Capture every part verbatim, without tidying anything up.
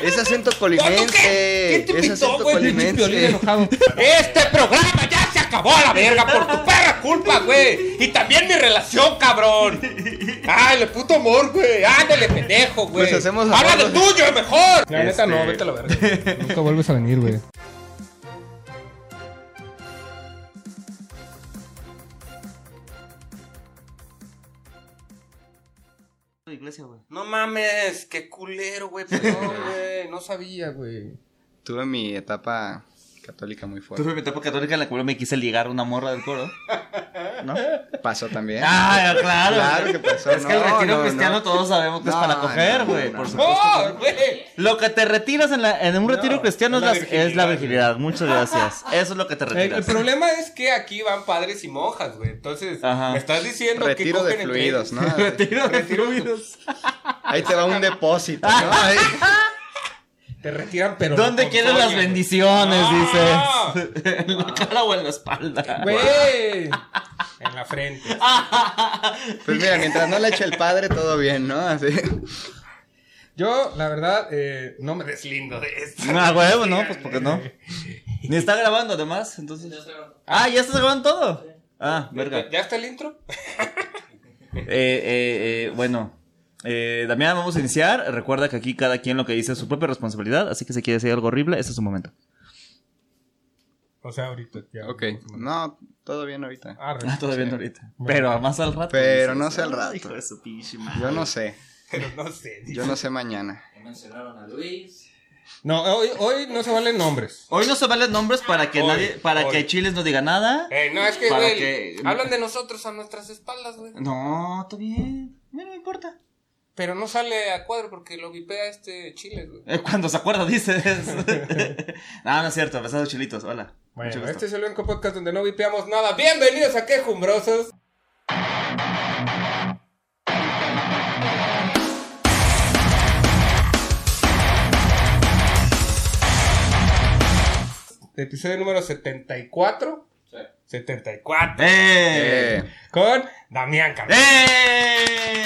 Es acento colimense. ¿Qué te es pintó, acento güey? colimense. Este programa ya se acabó a la verga por tu perra culpa, güey. Y también mi relación, cabrón. Ay, el puto amor, güey. Ándale, pendejo, güey. Pues hacemos Habla amor, de tuyo, mejor. La neta Este- no, vete a la verga. Nunca vuelves a venir, güey. Iglesia, güey. No mames, qué culero, güey. Perdón, güey. No sabía, güey. Tuve mi etapa católica muy fuerte. Tuve mi etapa católica en la cual me quise ligar una morra del coro. ¿No? Pasó también. Ah, claro. Claro que pasó. Es que el No, retiro no, cristiano no. todos sabemos que es No, para coger, no, güey. no, Por no. supuesto. No, güey. Lo que te retiras en, la, en un retiro No, cristiano es es la la, virginidad, es la güey. virginidad. Muchas gracias. Eso es lo que te El, retiras. el problema es que aquí van padres y monjas, güey. Entonces, Ajá. me estás diciendo Retiro que de cogen entre fluidos, ellos. ¿no? Retiro de Retiro- fluidos. Ahí te va un depósito, ¿no? Ahí. Te retiran, pero ¿Dónde no quieres con las soña, güey. bendiciones? No. Dices. ¿En la cara o en la espalda? Güey. En la frente. Pues mira, mientras no le eche el padre, todo bien, ¿no? Así. Yo, la verdad, eh, no me deslindo de esto. Ah, huevo, no, pues porque no. Ni está grabando además, entonces. Ah, ya estás grabando todo. Ah, verga. ¿Ya está el intro? Eh, eh, eh, bueno. Eh, Damián, vamos a iniciar. Recuerda que aquí cada quien lo que dice es su propia responsabilidad. Así que si quiere decir algo horrible, este es su momento. O sea, ahorita. Ya, Ok, no, todo bien ahorita. Ah, re- Ah, todavía Sí. no ahorita. Pero más al rato. Pero dices, no sé al "Ah, rato". Hijo de su pinche madre. Yo no sé, Pero no sé. yo no sé mañana. Mencionaron a Luis. No, hoy, hoy no se valen nombres. Hoy no se valen nombres para que Hoy, nadie, para hoy. que Chiles no diga nada. Eh, no, es que, Para güey, que- hablan de nosotros a nuestras espaldas, güey. No, está bien. No me importa. Pero no sale a cuadro porque lo vipea este Chile, güey. Eh, Cuando se acuerda, dices. No, no es cierto. Besados chilitos. Hola. Mucho Bueno, gusto. este es el único podcast donde no vipeamos nada. Bienvenidos a Quejumbrosos. Episodio número setenta y cuatro. Sí. setenta y cuatro. ¡Eh! Eh, Con Damián Carlos. ¡Eh!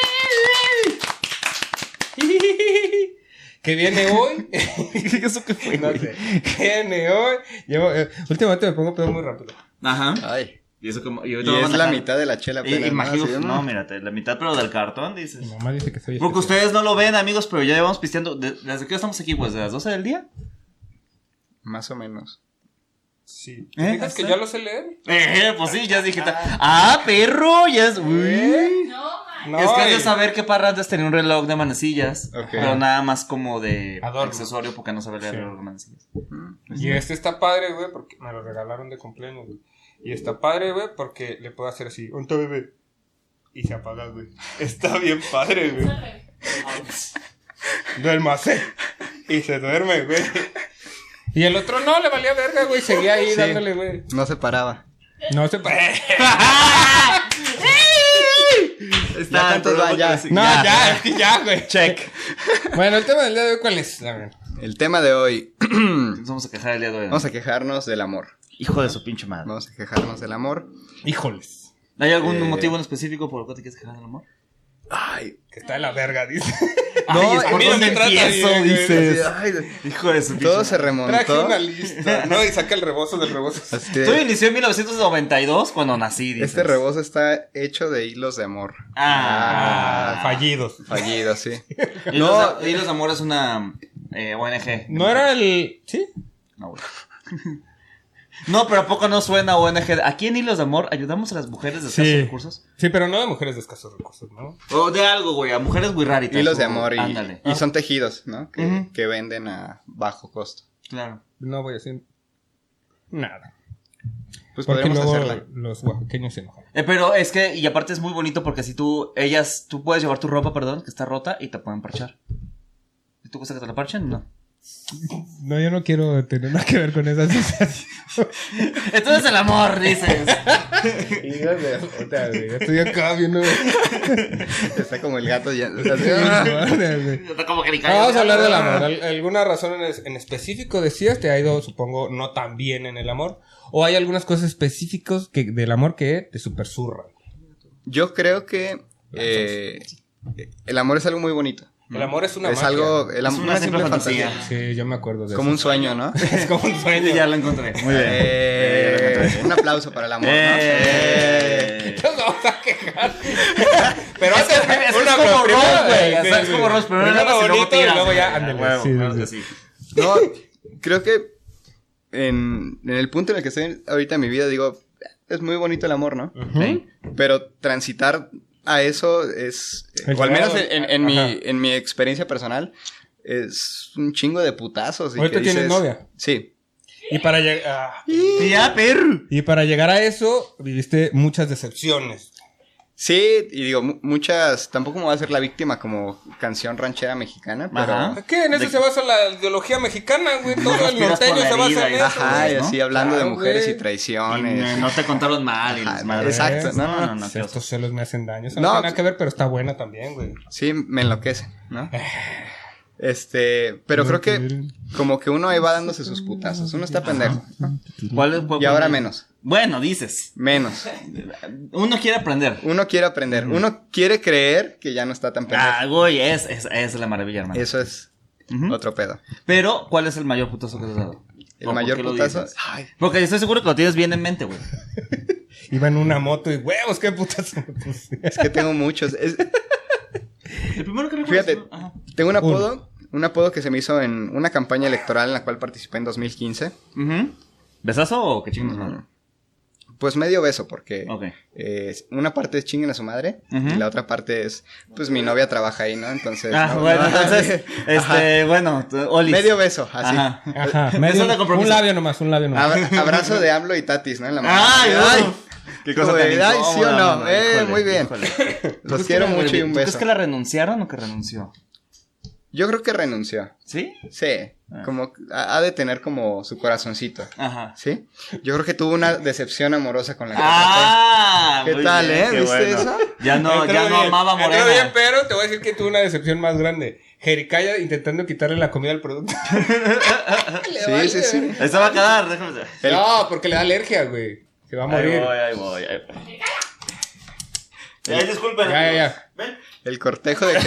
Que viene hoy. ¿Eso qué fue, No güey? sé. Viene hoy. Llevo, eh, últimamente me pongo pedo muy rápido. Ajá. ay. Y eso como. Y, Y es la mitad de la chela Y, apenas, ¿no? imagino. Así, No, mírate, la mitad, pero del cartón, dices. Mi mamá dice que soy Porque especial. ustedes no lo ven, amigos, pero ya llevamos pisteando. de- ¿Desde qué estamos aquí? Pues de las doce del día. Más o menos. Sí. ¿Eh? ¿Fijas que ¿Sí? ya lo sé leer? Eh, pues sí, ya dije. Ah, perro, ya es. Uy. No, es que has de y- saber que Parrantes tenía un reloj de manecillas. Ok. Pero nada más como de Adorno. accesorio porque no sabe leer Sí. el reloj de manecillas. Y este está padre, güey, porque me lo regalaron de cumpleaños, güey. Y está padre, güey, porque le puedo hacer así, un bebé. Y se apaga, güey. Está bien padre, güey. Duérmase. Y se duerme, güey. Y el otro no, le valía verga, güey. Seguía ahí Sí. dándole, güey. No se paraba. No se pa- Está Ya, ¿cuántos van? Ya. No, ya, es que ya, güey. Check. Bueno, el tema del día de hoy, ¿cuál es? A ver. El tema de hoy, Nos vamos a quejar el día de hoy. ¿no? vamos a quejarnos del amor. Hijo de su pinche madre. Vamos a quejarnos del amor. Híjoles. ¿Hay algún Eh. motivo en específico por el cual te quieres quejar del amor? Ay, Que está de la verga, dice. Ay, es a por mí no dónde me trata empiezo, bien, güey. dices. ay, Hijo de su pinche todo se madre. remontó. Traje una lista, ¿no? Y saca el rebozo del rebozo. Así de- Todo inició en mil novecientos noventa y dos cuando nací, dices. Este rebozo está hecho de hilos de amor. Ah. Fallidos. Fallido, sí. Hilos, No. de, Hilos de Amor es una eh, O N G. No era el... ¿Sí? No, güey. No, pero ¿a poco no suena O N G? Aquí en Hilos de Amor ayudamos a las mujeres de escasos Sí. recursos. Sí, pero no de mujeres de escasos recursos, ¿no? O de algo, güey, a mujeres muy raritas. Hilos de o- amor y, Ándale. y son tejidos, ¿no? Que, Ujú. que venden a bajo costo. Claro. No voy a decir nada. Pues Porque podríamos luego hacerla. los oaxaqueños se enojan. Eh, pero es que, y aparte es muy bonito porque si tú, ellas, tú puedes llevar tu ropa, perdón, que está rota y te pueden parchar. ¿Y tú gusta que te la parchen? No. No, yo no quiero tener nada que ver con esa sensación. Entonces el amor, dices. Estoy acá viendo... Está como el gato ya. Está como que ni Ah, vamos a hablar del amor. ¿Al- ¿Alguna razón en, es- en específico decías? ¿Te ha ido, supongo, no tan bien en el amor? ¿O hay algunas cosas específicas que, del amor que te supersurran? Yo creo que eh, el amor es algo muy bonito. El amor es una Es magia. algo, el am- Es una, una simple simple fantasía. fantasía. Sí, yo me acuerdo de Como un eso. sueño, ¿no? Es como un sueño. Ya lo encontré. Muy bien. Eh, un aplauso para el amor, ¿no? Eh. Nos vamos a quejar. Pero Es que- antes, es que una es como primero, Ross, güey. sí, O sea, es sí. como Ross, pero no Primero nada más y luego bonito y tiras, luego ya, güey. ándale. Huevo, sí, sí, claro sí. que sí. No, creo que en, en el punto en el que estoy ahorita en mi vida, digo, es muy bonito el amor, ¿no? Sí. Pero transitar a eso es, El o al menos llegar a- en, en mi, Ajá. en mi experiencia personal, es un chingo de putazos. y ¿Ahorita que tienes dices- novia? Sí. Y para llegar. Ya, perro. Y para llegar a eso, viviste muchas decepciones. Opciones. Sí, y digo, mu- muchas, tampoco me voy a hacer la víctima como canción ranchera mexicana, pero... Ajá. ¿Qué? En eso De- se basa la ideología mexicana, güey. Todo el Respiras por norteño la se basa herida en y- eso. Ajá, güey. y ¿no? así hablando de Claro, mujeres güey. y traiciones. Y no te contaron mal y Ajá, las madres. exacto, no, no, no, no. qué Estos oso. celos me hacen daño. Eso No, no, tiene nada pues- que ver, pero está buena también, güey. Sí, me enloquece, ¿no? Este, pero creo que como que uno ahí va dándose sus putazos. Uno está pendejo, ¿no? ¿Cuál es- cuál- Y ahora cuál- menos, Bueno, dices. menos. Uno quiere aprender. Uno quiere aprender, uno quiere creer que ya no está tan pendejo. Ah, güey, es, es, es la maravilla, hermano. Eso es Ujú. otro pedo. Pero, ¿cuál es el mayor putazo que te has dado? El ¿O mayor por qué lo putazo. dices? Ay, Porque estoy seguro que lo tienes bien en mente, güey. Iba en una moto y huevos, qué putas me puse. es que tengo muchos. Es- El primero que me Fíjate. acuerdo- Ajá. tengo un apodo, un apodo que se me hizo en una campaña electoral en la cual participé en dos mil quince. Ujú. ¿Besazo o qué chingos, madre? Pues medio beso, porque Ok. eh, una parte es chinguen a su madre Ujú. y la otra parte es, pues mi novia trabaja ahí, ¿no? Entonces. Ah, no- bueno, no- entonces, este, bueno, t- Olis. Medio beso, así. Ajá. Ajá, Beso medio, de compromiso. un labio nomás, un labio nomás. Abra- abrazo de AMLO y Tatis, ¿no? En la mano. Ay, Ay, uf. Qué cosa tan Ay, ay, sí o incómoda, no. mano, Eh, híjole, muy bien. híjole. ¿Tú Los crees quiero que la- mucho y un ¿Tú crees beso. que la renunciaron o que renunció? Yo creo que renunció. ¿Sí? Sí. Ah. Como ha ha de tener como su corazoncito. Ajá. ¿Sí? Yo creo que tuvo una decepción amorosa con la que Ah, ¿Qué muy tal, bien, eh? qué ¿Viste bueno. eso? Ya no, Entró ya no bien, amaba a entró Morena. bien, pero te voy a decir que tuve una decepción más grande. Jericaya intentando quitarle la comida al producto. Le Sí, vale, sí, sí. güey. Esta va a quedar, déjame ver. El- No, porque le da alergia, güey. Se va a Ahí morir. voy, ahí voy, ahí voy. Ay, disculpen. Ya, ya, ya. Ven. El cortejo de que,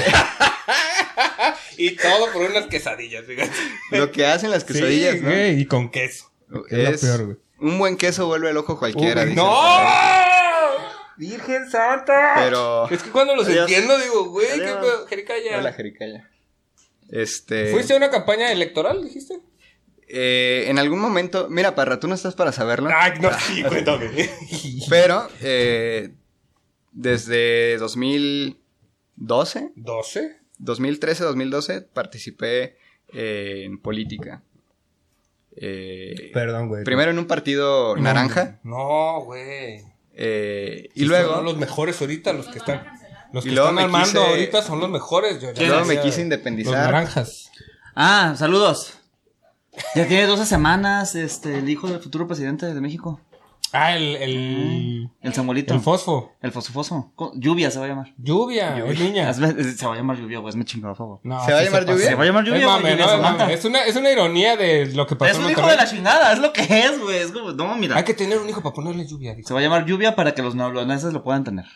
Y todo por unas quesadillas, fíjate. lo que hacen las quesadillas, Sí, ¿no? güey, y con queso. que es lo peor, güey. Un buen queso vuelve el ojo cualquiera. Uy, dicen. ¡No! ¡Virgen Santa! Pero. Es que cuando los Adiós. entiendo digo, güey, qué Adiós. pedo, Jericaya. Hola, Jericaya. Este. ¿Fuiste a una campaña electoral, dijiste? eh, en algún momento. Mira, Parra, tú no estás para saberlo. Ay, no, sí, cuéntame. Pero. Eh, desde dos mil doce, ¿doce? dos mil trece, dos mil doce, participé eh, en política. Eh, Perdón, güey. primero en un partido naranja. No, güey. eh, y Sí, luego. son los mejores ahorita, los que están. Los Y que luego están me armando quise- ahorita son los mejores. Yo ya y luego me decía, quise Los independizar. naranjas. Ah, saludos. Ya tiene doce semanas, este, el hijo del futuro presidente de México. Ah, el, el, El Samuelito. El fosfo. El fosfoso. Co- Lluvia se va a llamar. Lluvia, es niña. Hazme- Se va a llamar Lluvia, güey, es mi chingado, por favor. No, ¿Se va a sí llamar pasa. Lluvia? Se va a llamar Lluvia, Es güey, mame, Lluvia no, es Samantha. mame. Es una, es una ironía de lo que pasó Es en un hijo Monterrey. de la chingada, es lo que es, güey. Es como, no, mira. Hay que tener un hijo para ponerle lluvia. dice. Se va a llamar Lluvia para que los neoloneses lo puedan tener.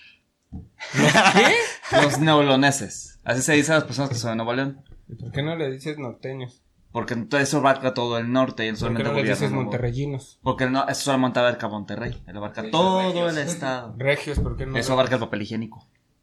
¿Qué? Los neoloneses. Así se dice a las personas que son de Nuevo León. ¿Y por qué no le dices norteños? Porque entonces eso abarca todo el norte y él ¿Por qué solamente no le gobierna. dices Nuevo- monterreyinos? Porque no, eso solamente abarca Monterrey. Él abarca todo el estado. Regios, ¿por qué no? Eso abarca el papel higiénico.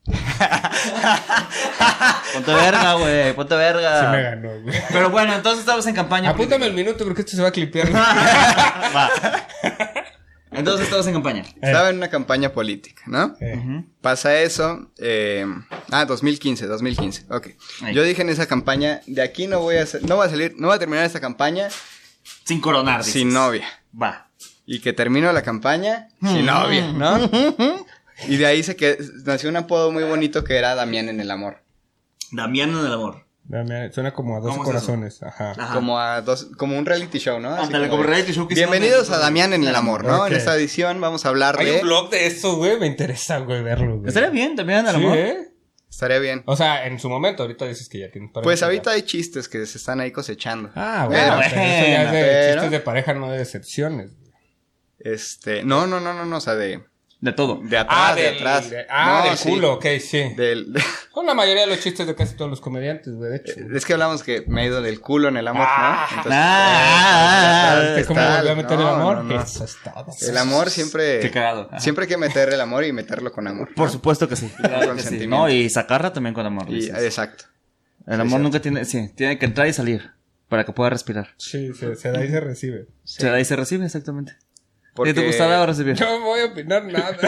Ponte verga, güey. Ponte verga. Sí me ganó, güey. Pero bueno, entonces estamos en campaña. Apúntame el minuto porque esto se va a clipear. Va. Entonces estamos en campaña. Estaba en una campaña política, ¿no? Eh, Ujú. Pasa eso. eh, ah, dos mil quince, dos mil quince. Ok. Ahí. Yo dije en esa campaña, de aquí no voy a hacer, no voy a salir, no voy a terminar esta campaña Sin coronar, dices. sin novia. Va. Y que termino la campaña sin novia, ¿no? Y de ahí se que nació un apodo muy bonito que era Damián en el amor. Damián en el amor. Dame- Suena como a dos ¿Cómo es eso? corazones. Ajá. Ajá. Como a dos, como un reality show, ¿no? Así Ándale, como como de, reality show que hicieron bienvenidos en- a Damián en el amor, ¿no? Ok. En esta edición vamos a hablar Hay de. un blog de eso, güey. Me interesa, güey, verlo, güey. Estaría bien, Damián en el Sí, amor. ¿eh? Estaría bien. O sea, en su momento, ahorita dices que ya tienes pareja. Pues ahorita hay chistes que se están ahí cosechando. Ah, Pero- bueno. pero eso ya es de pero- chistes de pareja, no de decepciones. güey. Este, no, no, no, no, no, o sea, de De De todo. De atrás, Ah, de del, atrás. de- ah, No, del sí. culo, ok, sí. Del, de- Con la mayoría de los chistes de casi todos los comediantes, güey, de hecho. es que hablamos que me ha ido del culo en el amor, Ah, ¿no? Entonces, ah, eh, ¿Viste cómo está- volvió a meter el no, amor? no, no. Eso es todo. El amor siempre... Qué cagado. Ajá. Siempre hay que meter el amor y meterlo con amor. Por ¿no? supuesto que sí. Claro Con que sí. sentimiento. No, y sacarla también con amor. Y, dices. exacto. El sí, amor cierto. nunca tiene... Sí, tiene que entrar y salir. Para que pueda respirar. Sí, se, se da y se recibe. Se da y se recibe, exactamente. Porque ¿Y te gusta dar o recibir? No voy a opinar nada.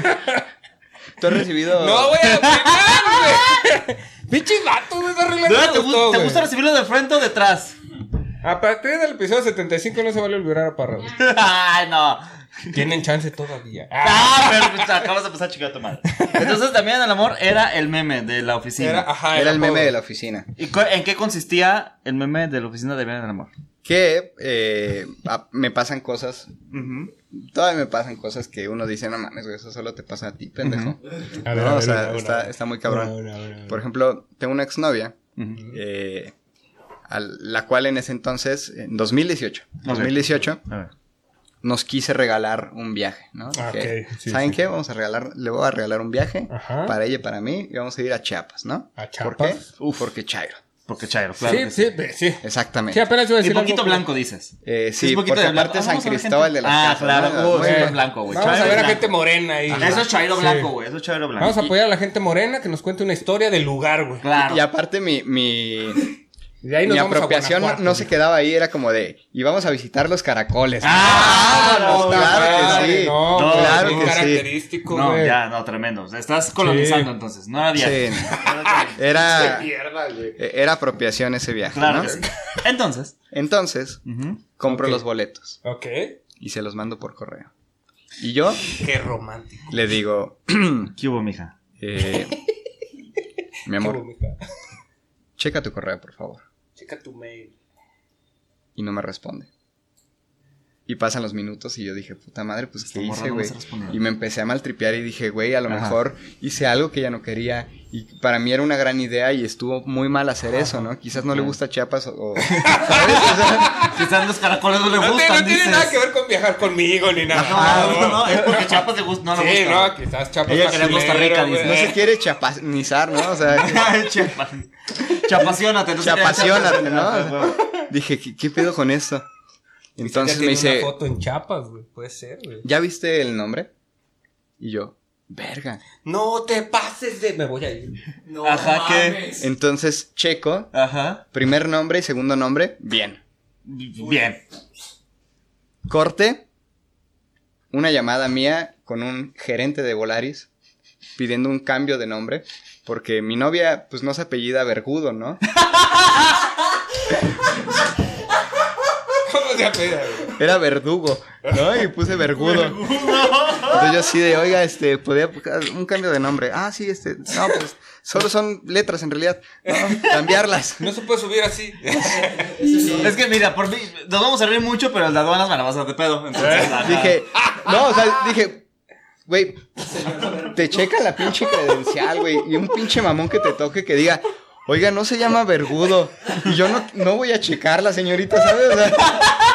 tú has recibido... No voy a opinar, güey. Pinche vato, güey, está arreglando ¿Te, gu- todo, ¿Te güey. gusta recibirlo de frente o detrás? A partir del episodio setenta y cinco no se vale olvidar a Parra, güey. Ay, no. Tienen chance todavía. Ah, pero pues, acabas de pasar chica tu madre. Entonces también el amor era el meme de la oficina. Era, ajá, Era el apodo. meme de la oficina. ¿Y cu- en qué consistía el meme de la oficina de Bien del Amor? Que eh, a- me pasan cosas... Ujú. Todavía me pasan cosas que uno dice, no mames, güey, eso solo te pasa a ti, pendejo. A ver, No, a o ver, sea, una, una, está, una. está muy cabrón. Una, una, una, una. Por ejemplo, tengo una exnovia, Ujú. eh, a la cual en ese entonces, en dos mil dieciocho, Ok. dos mil dieciocho, A ver. nos quise regalar un viaje, ¿no? Ah, Que, ok, sí, ¿saben sí. qué? Vamos a regalar, le voy a regalar un viaje Ajá. para ella y para mí, y vamos a ir a Chiapas, ¿no? ¿A ¿Por qué? Chiapas? Uf, porque Chairo. Porque Chairo, claro. Sí, que sí, sí, sí. Exactamente. Sí, apenas iba a Y decir poquito algo, güey. blanco, dices. Eh, Es sí, un poquito porque de blanco. aparte Ah, San vamos a ver Cristóbal gente- de las Ah, Casas, claro. ¿no? Uh, Muy eso bien. es blanco, güey. Vamos a Chairo ver a blanco. gente morena ahí. Eso es Chairo Sí. blanco, güey. Eso es Chairo blanco. Vamos a apoyar a la gente morena que nos cuente una historia del lugar, güey. Claro. Y aparte mi, mi, De ahí nos mi vamos a apropiación no, Guanajuato, no se quedaba ahí, era como de, y vamos a visitar los caracoles. Ah, no, Puta claro que madre, sí. No, No, güey, claro muy que sí. característico, No, güey. ya, no, tremendo. Estás colonizando Sí. entonces. No era viaje. Sí. Era, Mierda, güey. era apropiación ese viaje, Claro ¿no? que sí. Entonces. Entonces, Ujú. compro Ok. los boletos Ok. y se los mando por correo. Y yo Qué romántico. le digo, ¿Qué hubo, mija? eh, mi Qué amor, bonita. checa tu correo, por favor. Checa tu mail. Y no me responde. Y pasan los minutos y yo dije, puta madre, pues Esta ¿qué morra hice, no me güey? está respondiendo. Y me empecé a maltripear y dije, güey, a lo Ajá. mejor hice algo que ella no quería. Y para mí era una gran idea y estuvo muy mal hacer eso, ¿no? Quizás no le gusta Chiapas o... o- ¿sabes? O sea, Quizás los caracoles no le No, te- gustan, no tiene dices. nada que ver con viajar conmigo ni nada. No, no, no, es porque Chiapas le gusta. No, no Sí, gusta. no, quizás Chapas Ella quería Costa Rica, dice. no se quiere chapanizar, ¿no? O sea, Chiapas. Chapaciónate. no sé qué. chapaciónate, ¿no? Ajá, O sea, huevo. dije, ¿qué, qué pedo con esto? Entonces me dice, una foto en Chiapas, güey. Puede ser, güey. ¿ya viste el nombre? Y yo, verga. No te pases de... Me voy a ir. No Ajá, ¿qué? mames. Entonces checo, Ajá. primer nombre y segundo nombre, bien. Bien. Corte, una llamada mía con un gerente de Volaris pidiendo un cambio de nombre porque mi novia pues no se apellida Vergudo, ¿no? ¿Cómo se apela, güey? Era Verdugo, ¿no? Y puse Vergudo. Entonces yo así de, oiga, este, podía un cambio de nombre. Ah, sí, este, no, pues solo son letras en realidad. No, cambiarlas. No se puede subir así. Es que mira, por mí, nos vamos a reír mucho, pero el de aduanas me la vas a dar de pedo. Entonces, ajá. Dije, no, o sea, dije, güey, te checa la pinche credencial, güey, y un pinche mamón que te toque que diga, oiga, no se llama Vergudo, y yo no, no voy a checarla, señorita, ¿sabes? O sea,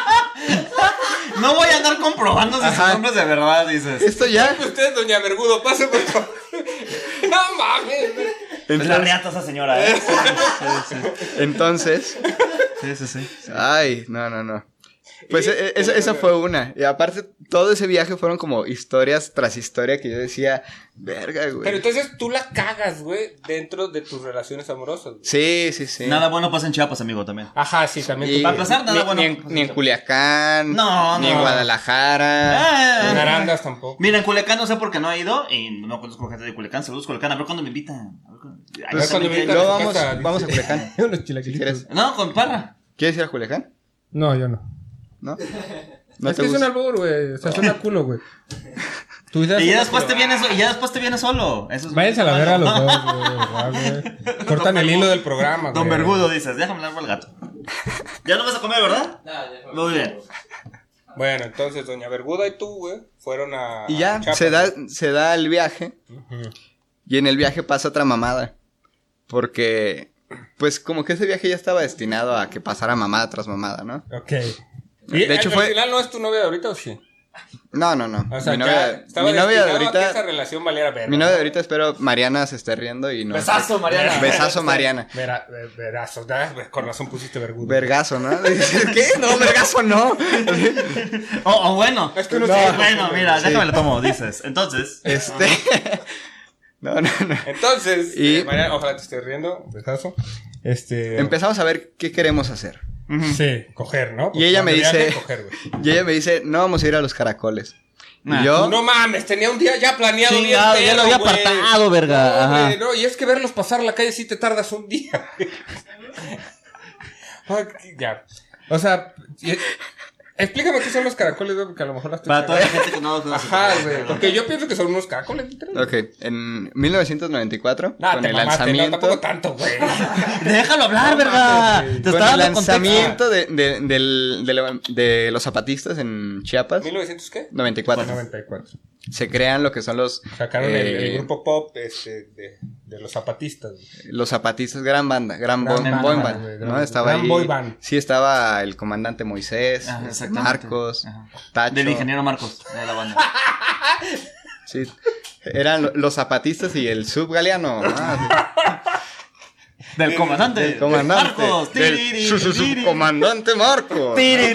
No voy a andar comprobando si sus Ajá. nombres de verdad, dices. esto ya, Usted, doña Vergudo, pase por favor. No mames, güey. Es la entonces, reata esa señora, ¿eh? entonces, Sí, sí, sí. ay, no, no, no. Pues e- e- esa, esa fue una. Y aparte, todo ese viaje fueron como historias tras historia que yo decía, verga, Pero güey. entonces tú la cagas, güey, dentro de tus relaciones amorosas, güey. Sí, sí, sí. Nada bueno pasa en Chiapas, amigo, también. Ajá, sí, también. Y tú- para empezar, nada ni, bueno. ni en, ni en Culiacán, No, ni en no. Guadalajara. En Eh, Arandas tampoco. Mira, en Culiacán no sé por qué no he ido y no conozco gente de Culiacán. Saludos, Culiacán. A ver cuándo me invitan. A ver cuándo- Ay, Pues, cuando me me invitan. luego a tu vamos, casa, vamos a Culiacán. Unos Si chilaquilitos. quieres. No, con Parra. ¿Quieres ir a Culiacán? No, yo no. ¿No? ¿No es te que es un gusta? albur, güey. O sea, suena culo, güey. Tu idea Y ya suena después culo. te vienes, y ya después te vienes solo. Eso es Váyanse a la malo. verga los dos, güey. ¿verdad, güey? Cortan el hilo del programa, güey. Don Vergudo, dices. Déjame largo al gato. Ya no vas a comer, ¿verdad? No, ya fue. Muy bien. Bueno, entonces doña Verguda y tú, güey, fueron a... Y ya, a Chiapas, se da, güey. se da el viaje. Y en el viaje pasa otra mamada. Porque, pues, como que ese viaje ya estaba destinado a que pasara mamada tras mamada, ¿no? Ok. ¿Y De hecho, al fue- final no es tu novia de ahorita o sí? No, no, no. O sea, mi ya novia, estaba mi novia de destinado a que ahorita... esa relación valiera verga. Mi novia de ahorita espero Mariana se esté riendo y no... Besazo, Mariana. Besazo, Mariana. Vera, ver- verazo, ¿verdad? Con razón pusiste vergudo. Vergazo, ¿no? ¿Qué? No, vergazo no. O oh, oh, bueno. Es que no No, sé. bueno, mira, Sí. déjame lo tomo, dices. Entonces. Este... No, no, no. Entonces, Y- eh, Mariana, ojalá te estés riendo. Besazo. Este. Empezamos a ver qué queremos hacer. Sí, coger, ¿no? Y ella me Cuando viaje, dice- coger, güey. Y ella me dice, no vamos a ir a los caracoles. Nah. Y yo... No mames, tenía un día ya planeado Chingado, bien. ya lo pedo, había güey. apartado, verga. No, Ajá. güey, no, y es que verlos pasar la calle sí te tardas un día. güey. Ya. O sea, y- explícame qué son los caracoles, güey, porque a lo mejor las estoy Para toda la cagando. gente que no lo conoce. Ajá, güey. Porque yo pienso que son unos caracoles, literal. Ok, en mil novecientos noventa y cuatro, Nah, con te el mamaste, no, lanzamiento... tampoco tanto, güey. Déjalo hablar, No verga. mames, güey. Te Con está el dando contexto. lanzamiento de, de, del- de la- de los zapatistas en Chiapas, ¿mil novecientos qué? noventa y cuatro, noventa y cuatro. se crean lo que son los... Sacaron el, eh, el grupo pop este, de, de los zapatistas. güey. Los zapatistas, gran banda, gran, Gran boy, banda, boy güey, band, gran- ¿no? Estaba gran ahí, boy band. sí, estaba el comandante Moisés, Ajá, este, exactamente. Marcos, Ajá. Tacho, Del ingeniero Marcos, de la banda. sí, eran lo- los zapatistas y el subgaleano, ah, Del comandante. el comandante, Marcos. del su- su- su- comandante Marcos,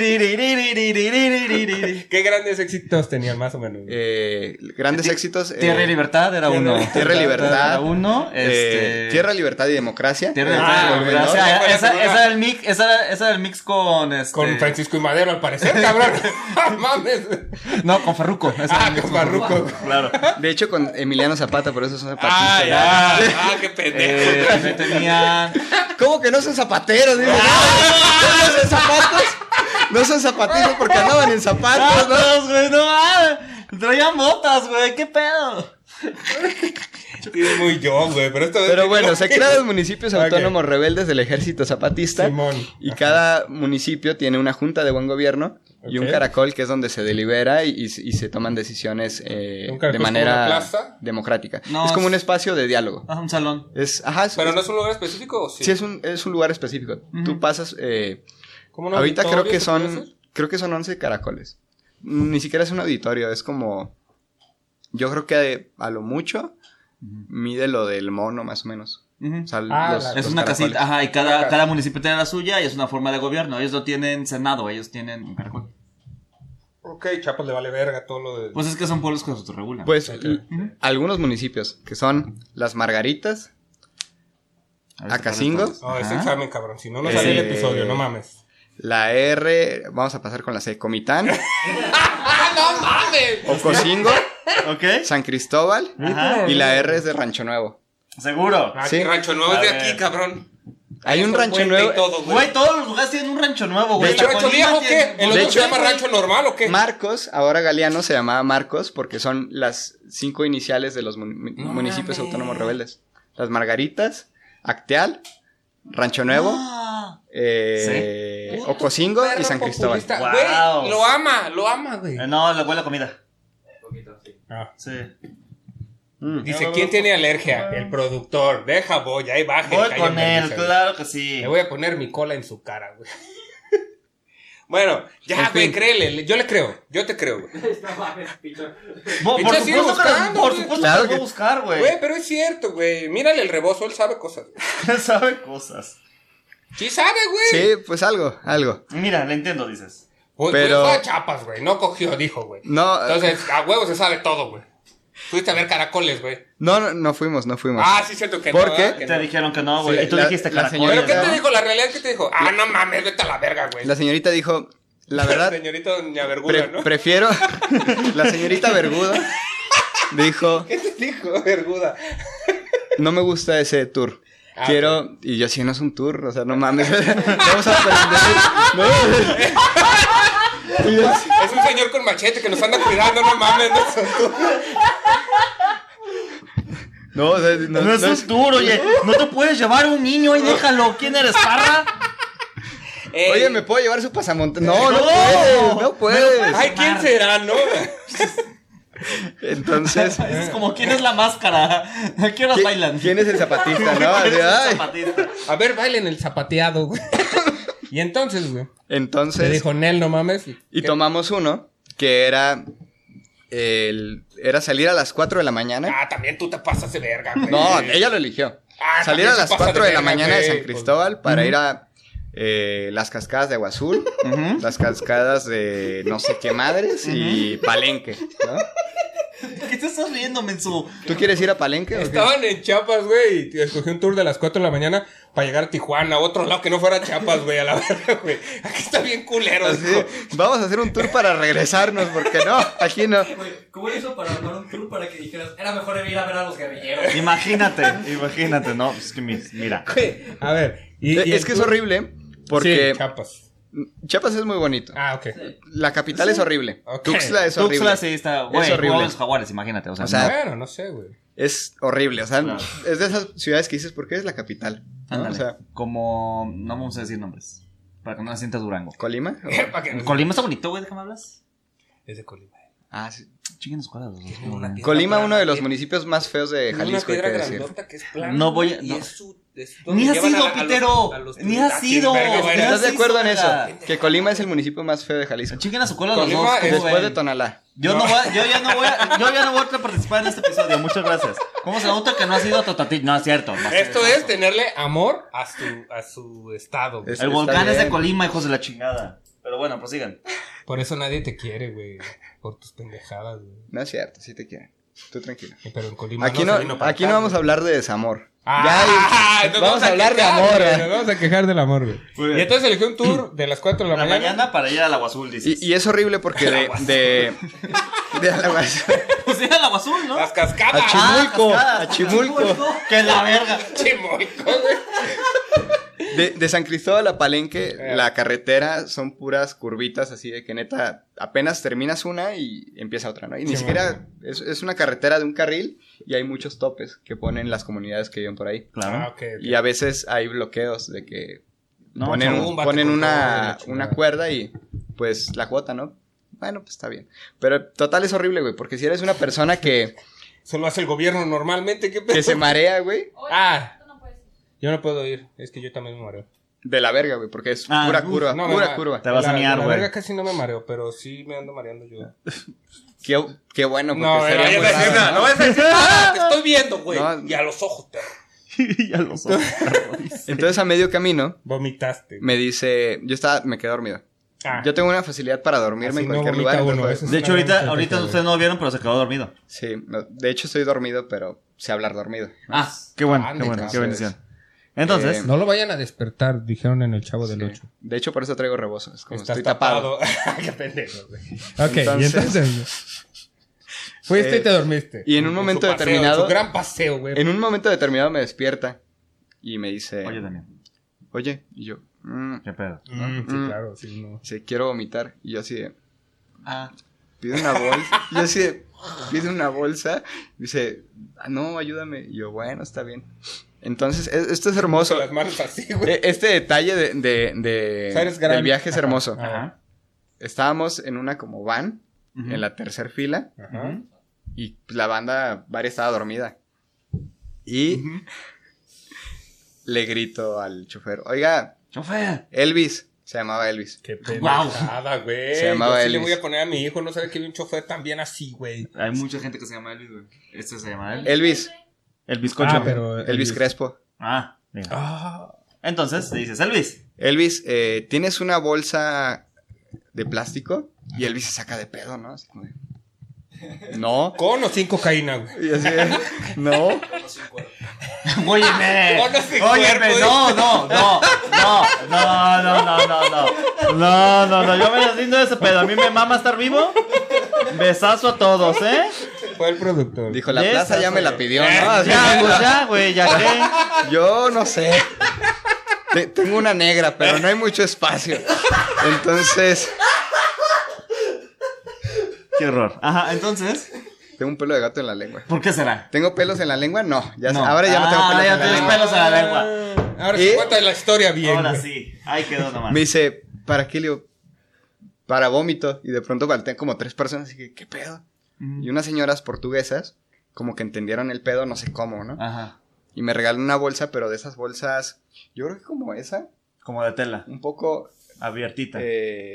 Tiririririririririririri. ¿Qué grandes éxitos tenían más o menos? güey? eh, grandes éxitos, eh, Tierra y Libertad era Tierra- uno. Tierra y Libertad, Era uno. eh, Este... Tierra, Libertad y Democracia, Tierra y eh, Libertad. Ah, y Volvendor. Democracia. ¿Cuál es Esa, la esa era el mix, esa era, esa era el mix con este... Con Francisco y Madero, al parecer, cabrón. No mames. No, con Farruko. Ese era Ah, el mix con Farruko. Claro. De hecho, con Emiliano Zapata, por eso son Ah, zapatistas. ya. Ah, qué pendejo. Eh, también tenían... ¿Cómo que no son zapateros? Digo, no, no son zapatos. No son zapatistas porque andaban en zapatos, ¿no? ¡Zapatos, güey! ¡No mames! Traían botas, güey. ¿Qué pedo? Sí, es muy yo, güey. Pero esto Pero bueno, se crean los municipios Ok. autónomos rebeldes del ejército zapatista. Simón. Y Ajá. cada municipio tiene una junta de buen gobierno y un Ok. caracol que es donde se delibera y, y- y se toman decisiones eh, ¿Un caracol de es como manera una plaza? democrática. No, es como es- un espacio de diálogo. Ah, un salón. Es, ajá, es, Pero es- no es un lugar específico, ¿o sí? sí, es un, es un lugar específico. Tú pasas... eh, ¿Como un ahorita creo auditorio, que se puede son... hacer? Creo que son once caracoles. Ni siquiera es un auditorio, es como... Yo creo que a lo mucho mide lo del mono, más o menos. Ujú. O sea, Ah, los- la- Es los una caracoles. casita, ajá, y Una cada, casa. cada municipio tiene la suya y es una forma de gobierno. Ellos no tienen senado, ellos tienen un caracol. Ok, Chapas le vale verga todo lo de... Pues es que son pueblos que se autorregulan. Pues Ok. l- algunos municipios, que son Las Margaritas, A ver si Acacingo. te acuerdas. No, ese Ajá. examen, cabrón. Si no, no Eh, sale el episodio, no mames. la R, vamos a pasar con la C, Comitán, ¡Ah, no mames! Ocosingo, Ok. San Cristóbal, Ajá. y la R es de Rancho Nuevo. Seguro. Aquí Sí. Rancho Nuevo es A de ver. aquí, cabrón. Hay un Está rancho puente nuevo. y todo, güey. Güey, todos los lugares tienen un rancho nuevo, güey. ¿El rancho Colima viejo tiene- qué? ¿El De otro hecho, se llama rancho normal o qué? Marcos, ahora Galeano se llamaba Marcos porque son las cinco iniciales de los mun- No municipios mames. autónomos rebeldes. Las Margaritas, Acteal, Rancho Nuevo, Ah. eh, Puto Ocosingo y perro San Cristóbal. populista. Wow. Güey, lo ama, lo ama, güey. Eh, No, le huele a comida. poquito, sí. Ah. Sí. Mm. Dice, ¿quién tiene alergia? El productor. Deja, voy, ahí baje. Voy cállate, con él, dice, claro que sí. Le voy a poner mi cola en su cara, güey. Bueno, ya, En güey, fin. créele. Yo le creo. Yo te creo, güey. No mames, picho. Bo- Pinche Por sigue supuesto que buscando, por güey. supuesto Claro que lo que- voy a buscar, güey. Güey, pero es cierto, güey. Mírale el rebozo, él sabe cosas. Sabe cosas. Sí sabe, güey. Sí, pues algo, algo. Mira, le entiendo, dices. Pues, Pero- pues fue a Chapas, güey. No cogió, dijo, güey. No, Entonces, a huevo se sabe todo, güey. Fuiste a ver caracoles, güey. no, no, no fuimos, no fuimos. Ah, sí, siento que ¿Por no. qué? ¿verdad? Que Te no. dijeron que no, güey. Sí, y tú la- dijiste la caracol. ¿Pero qué señorita- te dijo? La realidad, ¿qué te dijo? Ah, no mames, vete a la verga, güey. La señorita dijo, la verdad, Señorita Doña pre- Verguda, ¿no? prefiero, la señorita Verguda dijo, ¿Qué te dijo, Verguda? no me gusta ese tour. Ah, Quiero, y yo, si no es un tour, o sea, no mames, vamos a aprender. No. Y yo, Es un señor con machete que nos anda cuidando, no mames. No, no, o sea, no, No es no un es- tour, oye. No te puedes llevar un niño y déjalo. ¿Quién eres, Parra? Ey, Oye, ¿me puedo llevar su pasamonte? No, no, No. puedes, no puedes. Ay, ¿quién será, no? Entonces, Es como, ¿quién es la máscara? ¿A qué horas ¿qui- bailan? ¿quién es el zapatista, no? Así, ¿Quién es el ay. zapatista? A ver, bailen el zapateado, güey. Y entonces, güey. Te Entonces, dijo, Nel, no mames. y ¿Qué? tomamos uno que era, el, era salir a las cuatro de la mañana. Ah, también tú te pasas de verga, güey. No, ella lo eligió. Ah, Salir también a se las pasa cuatro de la verga, mañana de güey. San Cristóbal para ir a eh, las cascadas de Agua Azul, Ujú. las cascadas de no sé qué madres y Palenque, ¿no? ¿Qué te estás riendo, menso? ¿Tú quieres ir a Palenque o qué? Estaban en Chiapas, güey, y escogí un tour de las cuatro de la mañana para llegar a Tijuana, a otro lado que no fuera Chiapas, güey, a la verga, güey. Aquí está bien culero, Así, dijo. vamos a hacer un tour para regresarnos, porque no, aquí no. Güey, ¿cómo hizo para armar un tour para que dijeras, era mejor ir a ver a los guerrilleros? Imagínate, imagínate, ¿no? Es que mi- mira. Güey, a ver. y- y es el que es tour- horrible, porque Sí, Chiapas. Chiapas es muy bonito. Ah, ok. La capital es horrible. Ok. Tuxtla es horrible. Tuxtla sí está, güey, Es horrible. jugaba los jaguares, imagínate, o sea, O sea, Bueno, no sé, güey. Es horrible, o sea, Claro. es de esas ciudades que dices, ¿por qué es la capital? ¿No? ándale, O sea, como, no vamos a decir nombres, para que no la sientas Durango. ¿Colima? O- Para que no- Colima está bonito, güey, ¿de qué me hablas? Es de Colima. Ah, sí. Chinguen los cuadrados. una piedra Colima, plana, uno de los tiene- municipios más feos de Tiene Jalisco, una hay piedra que decir. grandota que es plana. No voy a- y no. es su- es donde Ni has llevan ido, a- a los- Pitero. a los Ni has turistas. ido. Verga, güey, Ni has ¿Estás de Sí, acuerdo en eso? sola. Que Colima es el municipio más feo de Jalisco. Chinguen a su cola los Colima dos. es- ¿cómo Después ven? de Tonalá. Yo, no. voy a- yo ya no voy a, yo ya no voy a participar en este episodio, muchas gracias. ¿Cómo se nota que no has ido a Totatí? No, es cierto. no, Esto no, es no. tenerle amor a su, a su estado, güey. Es- El Está volcán es de bien. Colima, hijos de la chingada. Pero bueno, prosigan. Por eso nadie te quiere, güey. Por tus pendejadas, güey. No es cierto, sí te quieren. Tú tranquilo. Pero en Colima Aquí se no, vino para aquí acá, no vamos a güey. hablar de desamor. Ah, Ya, nos vamos a hablar de quejar, amor. güey, ¿eh? Nos vamos a quejar del amor, güey. Muy bien. Y entonces eligió un tour de las cuatro de la, La mañana. mañana para ir al Agua Azul, dices. Y, y es horrible porque de... de, de Agua Azul- Pues ir al Agua Azul, ¿no? Las cascadas. A Chimulco, cascadas. a Chimulco. Que la verga. Chimolco, güey. De, de San Cristóbal a Palenque, Eh. la carretera son puras curvitas así de que neta apenas terminas una y empieza otra, ¿no? Y ni Sí, siquiera es, es una carretera de un carril y hay muchos topes que ponen las comunidades que viven por ahí. Claro. Ah, ok, ok. Y a veces hay bloqueos de que No, ponen, un- chúmbate ponen con todo, una, la chingada. una cuerda y pues la cuota, ¿no? Bueno, pues está bien. Pero total es horrible, güey, porque si eres una persona que, Eso lo hace el gobierno normalmente. ¿Qué pedo? que se marea, güey, Oye, Ah. tú no puedes ir. Yo no puedo ir. Es que yo también me mareo. de la verga, güey, porque es Ah, pura uf, curva, No, me pura ma- curva. Te vas a La- miar, La güey. verga casi no me mareo, pero sí me ando mareando yo. Qué, qué bueno, porque No, no, sería no, muy no, raro, no, no vas a decir nada. Te estoy viendo, güey. No. Y a los ojos, perro. ya lo son. Entonces a medio camino Vomitaste. me dice, yo estaba, me quedé dormido. Ah. Yo tengo una facilidad para dormirme Así en no cualquier vomita lugar. uno, entonces, eso es De hecho, una ahorita, gran ahorita técnica, ustedes no lo vieron, pero se quedó dormido. Sí, no, de hecho estoy dormido, pero sé hablar dormido. ¿no? Ah, qué bueno, Ande, qué bueno, qué entonces. bendición. Entonces, Eh, No lo vayan a despertar, dijeron en el Chavo del Sí. Ocho. De hecho, por eso traigo rebozo. Es como Estás estoy tapado. tapado. Qué pendejo, güey. Ok, y Entonces- entonces. Fuiste Eh, y te dormiste. y en un su momento paseo, determinado- Su gran paseo, güey. En un momento determinado me despierta y me dice, oye, Damián, oye, y yo, mm, qué pedo. Mm, sí, Mm. claro, sí, no. dice, quiero vomitar. Y yo así de, Ah, pide una bolsa. Y yo así de, pide una bolsa. Y dice, ah, no, ayúdame. Y yo, bueno, está bien. Entonces, es- esto es hermoso. Con las manos así, güey. E- Este detalle de, de, de- O sea, eres gran- del viaje es Ajá, hermoso. ajá. ajá. Estábamos en una como van, Ujú. en la tercera fila, Ajá. y la banda varia estaba dormida. Y le grito al chofer, oiga, Chofer. Elvis, se llamaba Elvis. Qué Guau. pendejada, güey. Se llamaba Yo sí le Elvis. voy a poner a mi hijo, no sabe que vi un chofer también así, güey. Hay mucha gente que se llama Elvis, güey. Este se llama Elvis. Elvis, El bizcocho. Ah, pero Elvis Crespo. Ah, bien. Ah. Entonces, le dices, Elvis. Elvis, eh, ¿tienes una bolsa de plástico? Y Elvis se saca de pedo, ¿no? Así como de, no. Con o sin cocaína, güey. Y así de, no. Óyeme. Ponlo sin Óyeme, cuerpo, no, no, no, no, no, no, no, no, no. No, no, no, yo me deslindo de ese pedo. A mí me mama estar vivo. Besazo a todos, ¿eh? Fue el productor. Dijo, la Yes, plaza ya me la pidió, ¿no? Así, Ya, pues ya, güey, ya que. yo no sé. Te- tengo una negra, pero no hay mucho espacio. Entonces, Qué horror. Ajá, entonces. tengo un pelo de gato en la lengua. ¿Por qué será? ¿Tengo pelos en la lengua? No. Ya sé- No. ahora ya no tengo Ah, pelos ya en la tienes lengua. pelos en la lengua. Ah, Ahora ¿Y? sí cuenta la historia bien, Ahora güey. sí. Ahí quedó nomás. Me dice, ¿para qué? Le digo, para vómito. Y de pronto faltan como tres personas. Y que, ¿qué pedo? Y unas señoras portuguesas, como que entendieron el pedo, no sé cómo, ¿no? Ajá. Y me regalan una bolsa, pero de esas bolsas, yo creo que como esa, Como de tela. un poco, Abiertita. eh,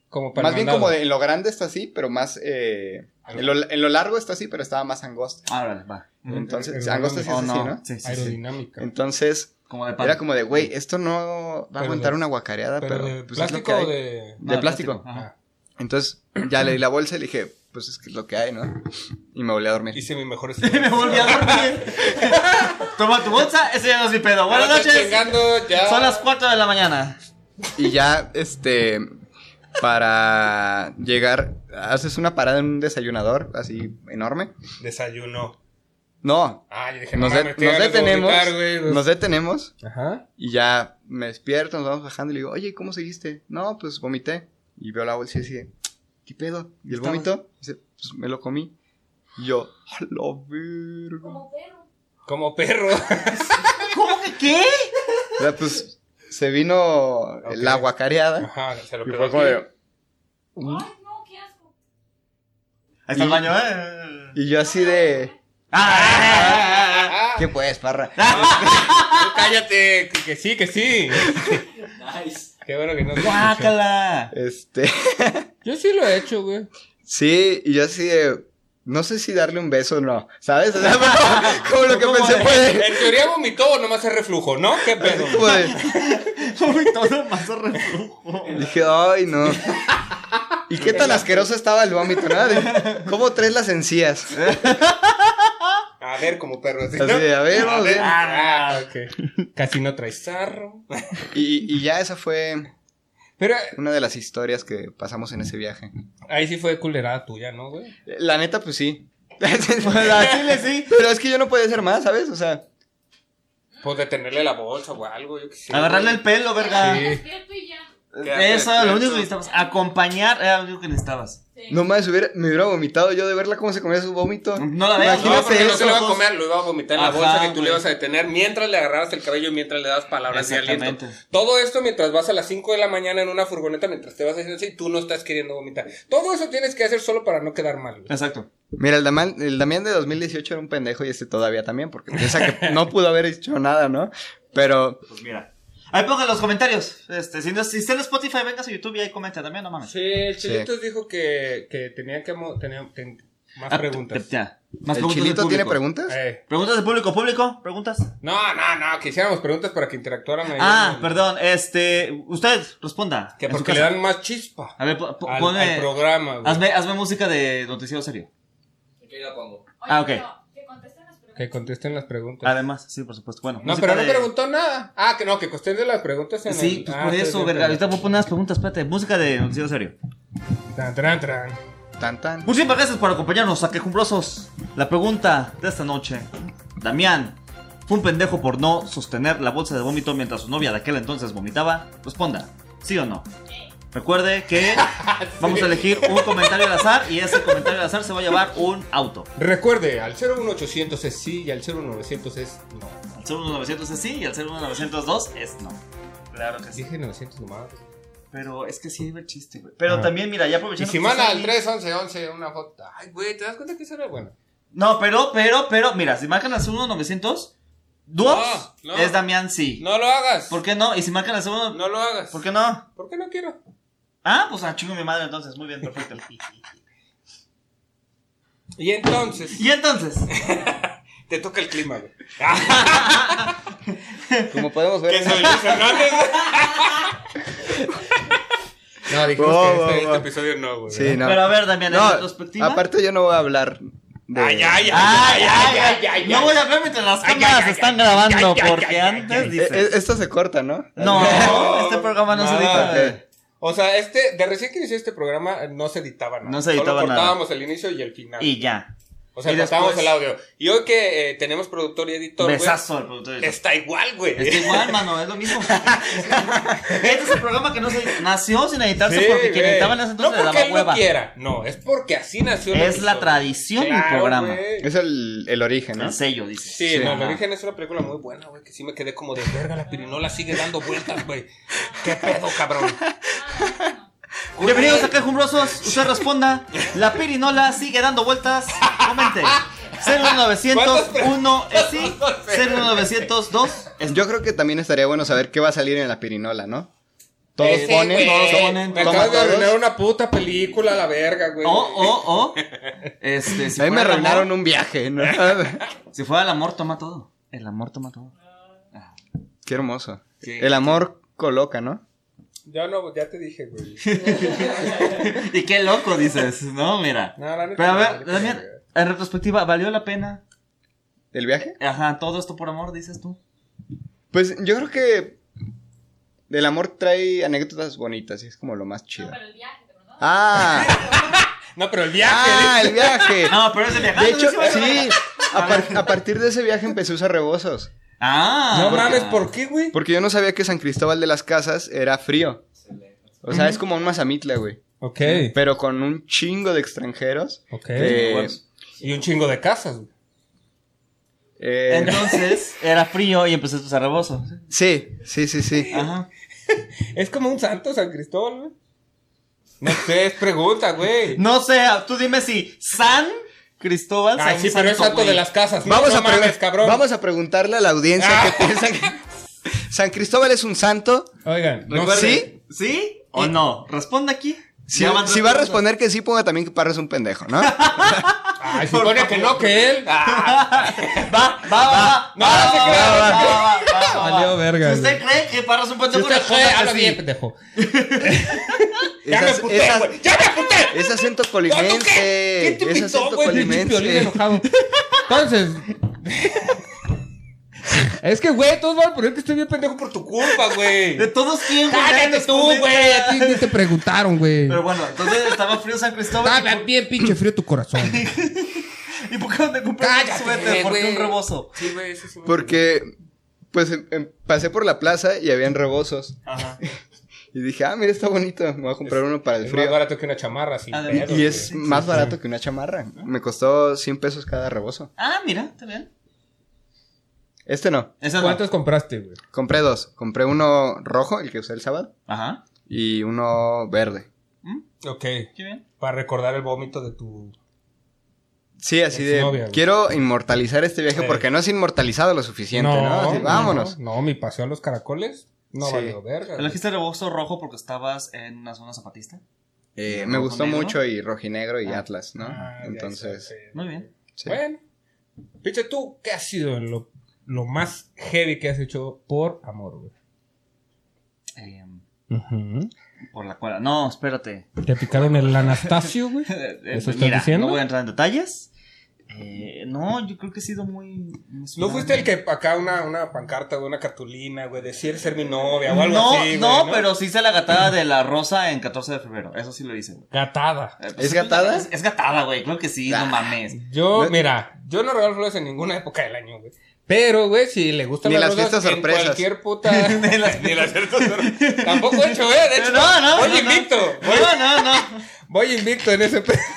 Como para Más bien mandado. como de, en lo grande está así, pero más... Eh, en, lo, en lo largo está así, pero estaba más angosto. Árale, va. Entonces, Ergonómico. angosto sí es Oh, así, no. ¿no? Sí, sí, sí. Aerodinámica. Entonces, Como de pan. era como de, güey, esto no va a Pero aguantar de- una guacareada, ¿Pero pero, de pues, es lo que plástico hay. o de...? No, de plástico. Ajá. Ah, Entonces, ya le di la bolsa y le dije, pues es que es lo que hay, ¿no? Y me volví a dormir. hice mi mejor Y me volví a dormir. Toma tu bolsa, ese ya no es mi pedo. Buenas Ahora estoy noches. chingando, ya. Son las cuatro de la mañana. Y ya, este, para llegar, haces una parada en un desayunador así enorme. Desayuno. No, Ah, yo dije, nos, no de- mames, nos ya les voy a detenemos, vomitar, güey. nos detenemos Ajá. y ya me despierto, nos vamos bajando y le digo, oye, ¿cómo seguiste? No, pues vomité. Y veo la bolsa y dice, ¿qué pedo? ¿Y el Estabas- vómito? Dice, pues me lo comí. Y yo, a la verga. Como perro. Como perro. ¿Cómo que qué? O sea, pues se vino la guacareada. Ajá, se lo Y quedó fue como aquí. de, Ay, no, qué asco. Ahí está el baño, ¿eh? y yo así de, ¡Ah! ¿qué pues, parra? Tú cállate, que, que sí, que sí. Nice. Qué bueno que no. ¡Guácala! Este, Yo sí lo he hecho, güey. sí, y yo así de, no sé si darle un beso o no, ¿sabes? O sea, como lo que ¿Cómo pensé de? fue, En teoría vomitó o nomás es reflujo, ¿no? ¿Qué pedo? como de, Todo más reflujo. dije, ay, no. ¿Y qué tan asqueroso estaba el vómito, no? De, ¿cómo traes las encías? A ver, como perro. Así, Así de, a ver, vamos a ver. Ah, ok. Casi no traes sarro. Y, y ya esa fue Pero una de las historias que pasamos en ese viaje. ahí sí fue culerada tuya, ¿no, güey? La neta, pues sí. Chile sí. Pero es que yo no podía hacer más, ¿sabes? O sea, Pues detenerle la bolsa o algo, yo qué sé. Agarrarle el pelo, verga. Sí. Despierto y ya. Quédate Eso era lo único que despierto. necesitabas. Acompañar era lo único que necesitabas. Sí. no más, hubiera, me hubiera vomitado yo de verla cómo se comía su vómito. No la veas, No, Imagínate porque no se lo iba a eso. comer, lo iba a vomitar en la Ajá, bolsa que tú güey. le ibas a detener mientras le agarrabas el cabello y mientras le dabas palabras de aliento. Exactamente. Todo esto mientras vas a las cinco de la mañana en una furgoneta, mientras te vas haciendo así, tú no estás queriendo vomitar. Todo eso tienes que hacer solo para no quedar mal, güey. Exacto. Mira, el Damián, el Damián de dos mil dieciocho era un pendejo y este todavía también, porque piensa que no pudo haber hecho nada, ¿no? Pero, Pues mira. Ahí pongan los comentarios. Este, si, no, si está en Spotify, vengas a YouTube y ahí comenta también, no mames. Sí, el Chilitos dijo que, que tenía que... mo- tenía, ten- más Ah, preguntas. Ya. Más ¿el preguntas del Chilito tiene público. preguntas? Eh, ¿Preguntas del público? ¿Público? ¿Preguntas? no, no, no, que hiciéramos preguntas para que interactuaran ahí. Ah, en- perdón. Este, usted responda. Que en su porque le casa. dan más chispa A ver, po- po- al, pone. al programa, güey. hazme, hazme música de noticiero serio. Aquí la pongo. Oye, Ah, ok. pero que contesten las preguntas. Que contesten las preguntas. Además, sí, por supuesto. Bueno. No, música pero no de- preguntó nada. Ah, que no, que contesten las preguntas en Sí, el... pues ah, por sí, eso, sí, verga. sí. Ahorita voy a poner unas preguntas, espérate. Música de noticiero serio. Tran, tran, tran. Tan, tan. Muchísimas gracias por acompañarnos a Quejumbrosos. La pregunta de esta noche: Damián, ¿fue un pendejo por no sostener la bolsa de vómito mientras su novia de aquel entonces vomitaba? Responda, ¿sí o no? Recuerde que vamos a elegir un comentario al azar y ese comentario al azar se va a llevar un auto. Recuerde, al cero uno ochocientos es sí y al cero uno novecientos es no. Al cero uno novecientos es sí y al cero uno novecientos dos es no. Claro que sí. Dije novecientos nomás. Pero es que sí iba el chiste, güey. Pero Ajá. también, mira, ya Y aprovechando. si que manda estás al ahí- tres once once una foto. Ay, güey, ¿te das cuenta que eso era bueno? No, pero, pero, pero, mira, si marcan al cero uno novecientos dos No, no. es Damián sí. No lo hagas. ¿Por qué no? Y si marcan al segundo, No lo hagas. ¿por qué no? ¿Por qué no quiero? Ah, pues a chingo mi madre entonces, muy bien, perfecto. Y entonces, Y entonces, te toca el clima, güey. Como podemos ver, ¿Qué soy Luis Hernández? No, dijimos Oh, que oh, este, oh. este episodio no, güey. sí, no. pero a ver, Damián, en No, retrospectiva. aparte yo no voy a hablar de... Ay, ay, ay, Ay, ay, ay, ay, ay, no ay. voy a ver mientras las Ay, cámaras ay, ay, están ay, grabando, ay, ay, porque ay, ay, antes ay. Eh, dices. eh, esto se corta, ¿no? No, este programa no se Nada, edita. ok. güey. O sea, este, de recién que inició este programa, eh, no se editaba nada. No se editaba Solo nada. cortábamos el inicio y el final. Y ya. O sea, y cortábamos después- el audio. Y hoy que eh, tenemos productor y editor, güey, Besazo al productor. está igual, güey. Está igual, mano, es lo mismo. Este es el programa que no se nació sin editarse Sí, porque quien güey. editaba en ese entonces no le porque daba él hueva. no quiera, no, es porque así nació el Es la episodio. tradición del Claro, programa. güey. Es el, el origen, ¿no? El sello, dice. Sí, Sí, no, ajá. El Origen es una película muy buena, güey, que sí me quedé como de verga, la pirinola sigue dando vueltas, güey. ¿Qué pedo, cabrón? Bienvenidos a Quejumbrosos. Usted responda. La pirinola sigue dando vueltas. Comente. cero uno novecientos uno es sí. cero uno novecientos dos es no. Yo creo que también estaría bueno saber qué va a salir en la pirinola, ¿no? Todos Ese, ponen, güey, todos ponen, Me toma acabas de todos. arruinar una puta película a la verga, güey. O, o, o. Este, si A mí me fuera el arruinaron amor, un viaje, ¿no? Si fuera el amor, toma todo. El amor toma todo. Qué hermoso. Sí. El amor coloca, ¿no? Yo no, ya te dije, güey. Y qué loco dices, ¿no? Mira. No, la neta Pero a no, ver, la neta Damián, no. en retrospectiva, ¿valió la pena? ¿El viaje? Ajá, todo esto por amor, dices tú. Pues yo creo que el amor trae anécdotas bonitas y es como lo más chido. No, pero el viaje, pero no. Ah, No, pero el viaje. ah, el viaje. No, pero ese viajando. De hecho, ¿no? sí, a, par- a partir de ese viaje empecé a usar rebozos. Ah. No porque- mames, ¿por qué, güey? Porque yo no sabía que San Cristóbal de las Casas era frío. O sea, es como un Mazamitla, güey. Ok. Pero con un chingo de extranjeros. Ok. Eh, Y un chingo de casas, güey. eh, Entonces, era frío y empezaste a usar rebozo. sí, sí, sí, sí. Ajá. Es como un santo San Cristóbal, güey. No sé, es pregunta, güey. No sé, tú dime si San Cristóbal. Ay, San sí, pero es santo güey. de las casas. No, Vamos, no a pre- mames, cabrón. vamos a preguntarle a la audiencia Ah. qué piensa que San Cristóbal es un santo. Oigan, no Recuerden, ¿Sí? ¿Sí o no? Responda aquí. Si, Ya van si tres va a preguntas. responder que sí, ponga también que Parra es un pendejo, ¿no? Ay, supone que no, que él. Va, va, va, va. No, va, no se va, crea, va, no se va, crea. va, va, va, Valió va. verga, Si usted güey. cree que Parra es un Si pendejo, usted responda fue, que habla sí. bien, pendejo. Ya Esas- me puté, esas- güey. ¡Ya me puté! Es acento ¿No, tú qué? colimense. ¿Quién te Es invitó, acento güey? Pinche Piolín colimense. enojado. Entonces. Es que, güey, todos van a poner que estoy bien pendejo por tu Culpa, güey. De todos quién, güey. Cállate Nadie tú, responde. güey. A ti ni te preguntaron, güey. Pero bueno, entonces estaba frío San Cristóbal. Estaba bien pinche frío tu corazón. ¿Y por qué no te compraste un Cállate, suéter? ¿Por qué güey. un rebozo? Sí, güey, eso sí. me- Porque, pues, em- em- pasé por la plaza y habían rebozos. Ajá. Y dije, ah, mira, está bonito. Me voy a comprar uno para el Es más frío. barato que una chamarra, sin Además- pedos, Y es güey. más barato que una chamarra. Me costó cien pesos cada rebozo. Ah, mira, está bien. Este no. Esa no. ¿Cuántos compraste, güey? Compré dos. Compré uno rojo, el que usé el sábado, Ajá. y uno verde. Ok. Qué bien. Para recordar el vómito de tu. Sí, así de, Exnovia, güey. quiero inmortalizar este viaje Sí. porque no es inmortalizado lo suficiente, ¿no? Así, vámonos. No, no, mi paseo a los caracoles no Sí. valió verga. güey. ¿Elegiste rebozo rojo porque estabas en una zona zapatista? Eh, ¿Y me rojo gustó negro? mucho y rojinegro y Ah. Atlas, ¿no? Ah, ya Entonces, sé, sí. Muy bien. sí. Bueno. Piche, ¿tú qué ha sido lo, lo más heavy que has hecho por amor, güey? Eh, Ujú. por la cual. No, espérate. ¿Te picaron el Anastasio, güey? Eh, ¿Eso estás Mira, diciendo? no voy a entrar en detalles. Eh, no, yo creo que he sido muy. muy ¿No fuiste el que acá una, una pancarta, güey, una cartulina, güey, decir ser mi novia o algo no, así, güey? no, pero sí hice la gatada de la rosa en catorce de febrero. Eso sí lo hice. güey. Gatada. Eh, ¿Es gatada? Es, es gatada, güey. Creo que sí, no Ah. mames. Yo, No- mira, yo no regalo flores en ninguna época del año, güey. Pero, güey, si le gustan Ni las las rosas fiestas en sorpresas. cualquier puta... Ni las Ni las fiestas sorpresas. Tampoco he hecho, eh, de hecho. No, no, Voy no, no. invicto. Voy, No, no, no. voy invicto en ese... pe-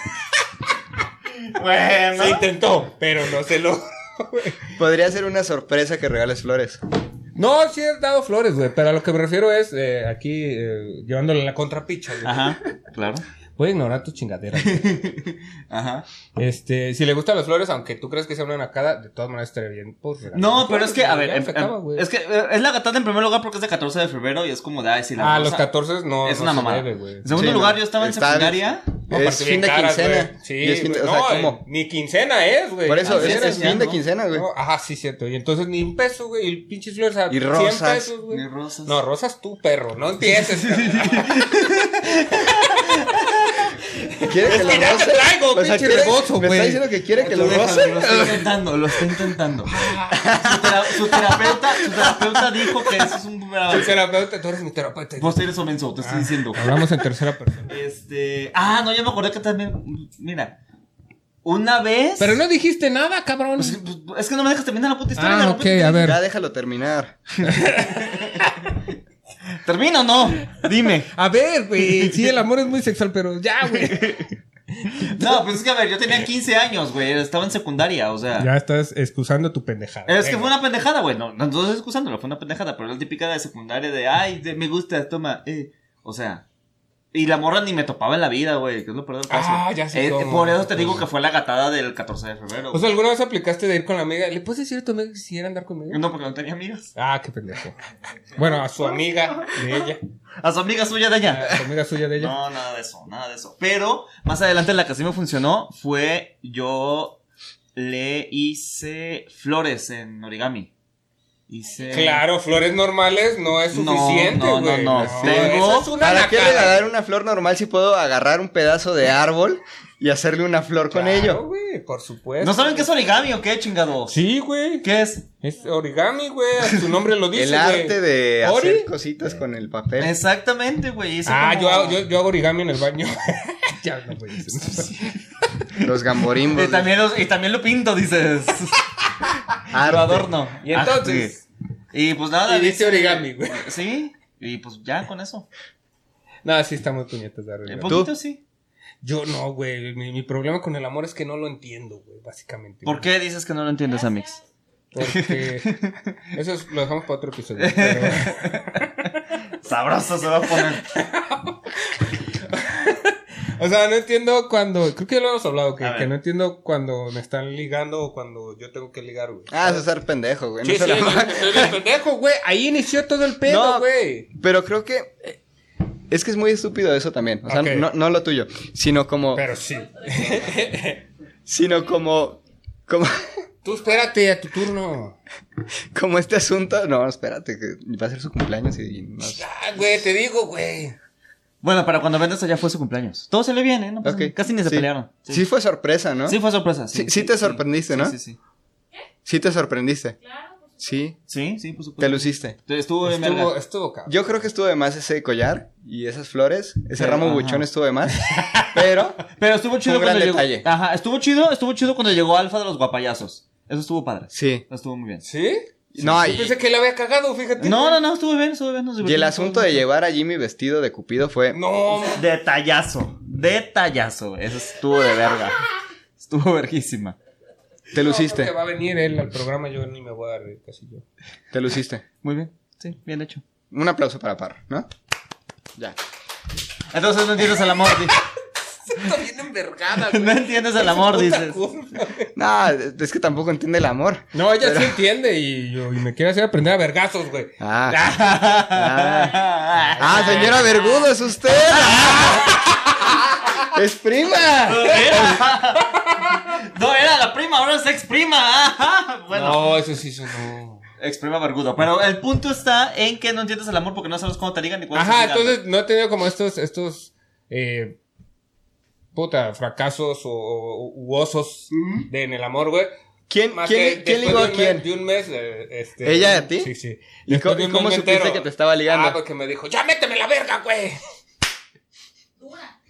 Bueno. Se intentó, pero no se lo... Podría ser una sorpresa que regales flores. No, sí he dado flores, güey, pero a lo que me refiero es eh, aquí eh, llevándole la contrapicha, güey. Ajá, claro. Voy a ignorar tus chingaderas, güey. Ajá. Este, si le gustan las flores, aunque tú crees que sea una nacada, de todas maneras estaría bien, pues, regalar No, flores, pero es que, a güey, ver, ya em- se acaba, em- güey. es que eh, es la gatada en primer lugar porque es de catorce de febrero y es como de, ay, si la Ah, rosa- los catorce no, es no una se mamada. debe, güey. En segundo Sí, lugar, no. yo estaba en Está- secundaria. No, Es aparte fin bien de caras, quincena. güey. Sí, Y es fin de- güey. o sea, No, ¿cómo? eh, ni quincena es, güey. Por eso, Así es, es, es ya, fin de ¿no? quincena, güey. No, ajá, sí, cierto. Y entonces ni un peso, güey. Y el pinches flores a Y cien rosas. pesos, güey. Ni rosas. No, rosas tú, perro. No empieces, cabrón. ¿Quiere Es que ya te traigo, pinche quiere- rebozo, Me güey. está diciendo que quiere que Tú lo déjalo, roce. Lo está intentando, lo está intentando. su, tera- su terapeuta, su terapeuta dijo que eso es un buen Soy avance. terapeuta, tú eres mi terapeuta. Vos eres un menso, te estoy diciendo. Hablamos en tercera persona. Este. Ah, no, ya me acordé que también. Mira. Una vez. Pero no dijiste nada, cabrón. Pues, pues, es que no me dejas terminar la puta historia. Ah, de ok, repente- a ver. Ya déjalo terminar. ¿Termina o no? Dime. A ver, güey. Sí, el amor es muy sexual, pero ya, güey. No, pues es que a ver, yo tenía quince años, güey. Estaba en secundaria, o sea. Ya estás excusando tu pendejada. Es que Venga. fue una pendejada, güey. No, no estoy excusándolo, fue una pendejada. Pero era la típica de secundaria de, ay, de- me gusta, toma, eh. O sea, Y la morra ni me topaba en la vida, güey, que es lo peor del caso. Ah, ya sé Eh, cómo. Por eso te digo que fue la gatada del catorce de febrero. O sea, ¿alguna vez aplicaste de ir con la amiga? ¿Le puedes decir a tu amiga que quisiera andar conmigo? No, porque no tenía amigas. Ah, qué pendejo. Bueno, a su amiga de ella. A su amiga suya de ella. A su amiga suya de ella. No, nada de eso, nada de eso. Pero, más adelante la que sí me funcionó fue yo le hice flores en origami. Hice... Claro, flores normales no es No, suficiente, no, no, güey. no. Tengo- eso es una ¿Para qué nacada. regalar una flor normal si puedo agarrar un pedazo de árbol y hacerle una flor con Claro, ello? güey, por supuesto. ¿No saben qué es origami o qué, chingados? Sí, güey. ¿Qué es? Es origami, güey. Su nombre lo dice, El güey. arte de ¿Ori? hacer cositas con el papel. Exactamente, güey. hice Ah, como- yo hago, yo, yo hago origami en el baño. Ya no voy a decir. Los gamborimbos. Y también, los- y también lo pinto, dices. Arte. Lo adorno. Y entonces- Ah, sí. Y pues nada. Y dice hice- origami, güey. Sí. Y pues ya con eso. No, sí está muy puñetas de Un arreglar. poquito sí. Yo no, güey. Mi, mi problema con el amor es que no lo entiendo, güey, básicamente. ¿Por qué dices que no lo entiendes, Amix? Porque eso es- lo dejamos para otro episodio. Pero... Sabroso se va a poner. O sea, no entiendo cuando... Creo que ya lo hemos hablado, que, A ver. que no entiendo cuando me están ligando o cuando yo tengo que ligar, güey. Ah, eso es ser pendejo, güey. no Sí, se sí, la es ma- es pendejo, güey. Ahí inició todo el pedo, No. güey. Pero creo que... eh, Es que es muy estúpido eso también. O sea, Ok. no, no lo tuyo. Sino como... Pero sí. Sino como... Como... Tú espérate a tu turno. Como este asunto... No, espérate, que va a ser su cumpleaños y... no sé. Ah, güey, te digo, güey. Bueno, para cuando vendas allá fue su cumpleaños. Todo se le viene, ¿no? Pues, Ok. Casi ni se Sí. pelearon. Sí. fue sorpresa, ¿no? Sí, fue sorpresa. Sí, sí te sorprendiste, ¿no? Sí, sí, sí. Sí te sorprendiste. Claro, por supuesto. Sí, Sí, sí, por supuesto. te luciste. Estuvo en Estuvo, verga. estuvo cabrón. Yo creo que estuvo de más ese collar y esas flores. Ese Pero, ramo ajá. buchón estuvo de más. Pero... Pero estuvo chido Un gran cuando llegó. detalle. Ajá, estuvo chido, estuvo chido cuando llegó Alfa de los guapayazos. Eso estuvo padre. Sí. Eso estuvo muy bien. ¿Sí? No, Yo y, pensé que le había cagado, fíjate. No, no, no, estuvo bien, estuvo bien. nos y el divertimos, asunto estuvo de bien. llevar a Jimmy vestido de Cupido fue... No, Detallazo. Detallazo. Eso estuvo de verga. Estuvo verguísima. Te luciste. Que va a venir él al programa, yo ni me voy a reír casi yo. Te luciste. Muy bien. Sí, bien hecho. Un aplauso para Parra, ¿no? Ya. Entonces no entiendes el amor. di- Está bien envergada, No entiendes el amor, dices. No, es que tampoco entiende el amor. No, ella sí entiende y, yo, y me quiere hacer aprender a vergazos, güey. Ah. Ah, ah señora Vergudo, es usted. Es prima. No, era la prima, ahora es ex prima. Bueno. No, eso sí, eso no. Ex prima vergudo. Pero el punto está en que no entiendes el amor porque no sabes cómo te digan ni cuándo Ajá, estás ligando. entonces no he tenido como estos, estos, eh, puta, fracasos o, o u osos de, en el amor, güey. ¿Quién, Más quién, que quién después ligó de a un quién? mes- De un mes, eh, este. ¿Ella a ti? Sí, sí. ¿Y Después cómo, de y un cómo mes me supiste entero. que te estaba ligando? Ah, porque me dijo, ya méteme la verga, güey. Dura.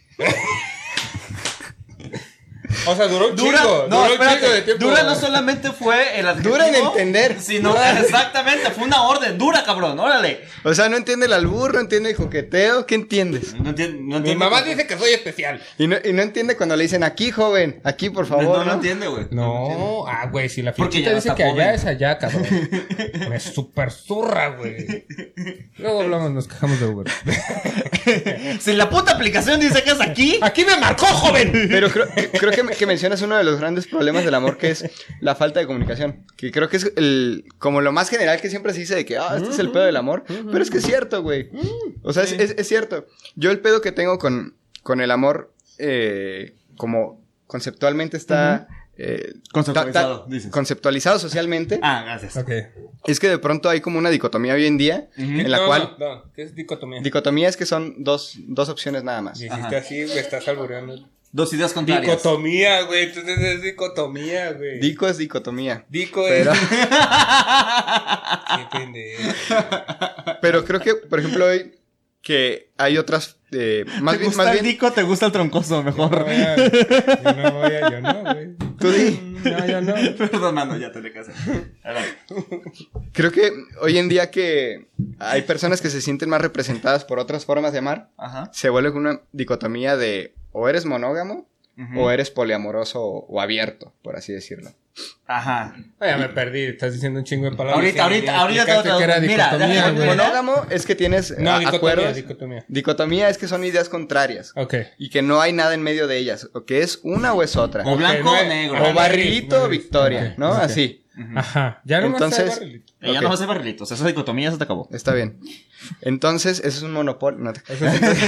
O sea, duró un Dura, chingo. no, duró un espérate, chingo de tiempo. Dura no solamente fue el adjetivo, Dura en entender. sino exactamente, fue una orden, dura, cabrón, órale. O sea, no entiende el albur, no entiende el coqueteo. ¿Qué entiendes? No entiende, no Mi entiende mamá por- dice que soy especial. Y no, y no entiende cuando le dicen aquí, joven. Aquí, por favor. no, ¿no? no entiende, güey. No, ah, güey, si la Porque fichita ya no dice está que allá joven. es allá, cabrón. Me super zurra, güey. Luego hablamos, nos quejamos de Uber. Si la puta aplicación dice que es aquí, ¡Aquí me marcó, joven! Pero creo, creo que, que mencionas uno de los grandes problemas del amor, que es la falta de comunicación. Que creo que es el como lo más general que siempre se dice de que, ah, este es el pedo del amor. Pero es que es cierto, güey. O sea, es, es, es cierto. Yo el pedo que tengo con, con el amor, eh, como conceptualmente está... eh, Conceptualizado, ta- ta- dices. Conceptualizado socialmente. ah, gracias. Ok. Es que de pronto hay como una dicotomía hoy en día, en la no, cual... No, no, ¿qué es dicotomía? Dicotomía es que son dos, dos opciones nada más. Dijiste Ajá. así, me estás albureando. Dos ideas contrarias. Dicotomía, güey. Entonces es dicotomía, güey. Dico es dicotomía. Dico Pero, es... Qué pendejo. pero creo que, por ejemplo, hoy que hay otras... eh, más ¿Te bien, gusta más el bien dico? ¿Te gusta el troncoso? No Mejor. voy a- Yo no voy a... Yo no, güey. tú di. No, yo no. Perdón, mano, ya te le casé. Creo que hoy en día que hay personas que se sienten más representadas por otras formas de amar, Ajá. se vuelve una dicotomía de o eres monógamo Ujú. o eres poliamoroso o, o abierto, por así decirlo. Ajá. Ay, ya me perdí, estás diciendo un chingo de palabras. Ahorita, ahorita, Ni ahorita te explicaste lo que era Mira, dicotomía, déjame- güey. Mira. Monógamo es que tienes No, a- dicotomía, acuerdos. dicotomía. Dicotomía es que son ideas contrarias. Ok. Y que no hay nada en medio de ellas. O que es una o es otra. O Ok, blanco no o es- negro. Ajá, O barrilito no o es- victoria, ok, ¿no? ok. Así. Ajá. Ya no Entonces- más hay barrilito. Y ya Ok. no vas a barrilitos. Esa dicotomía se te acabó. Está bien. Entonces, eso es un monopolio. No te- Sí,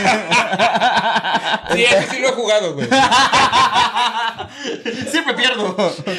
ese sí lo he jugado, güey. Siempre pierdo.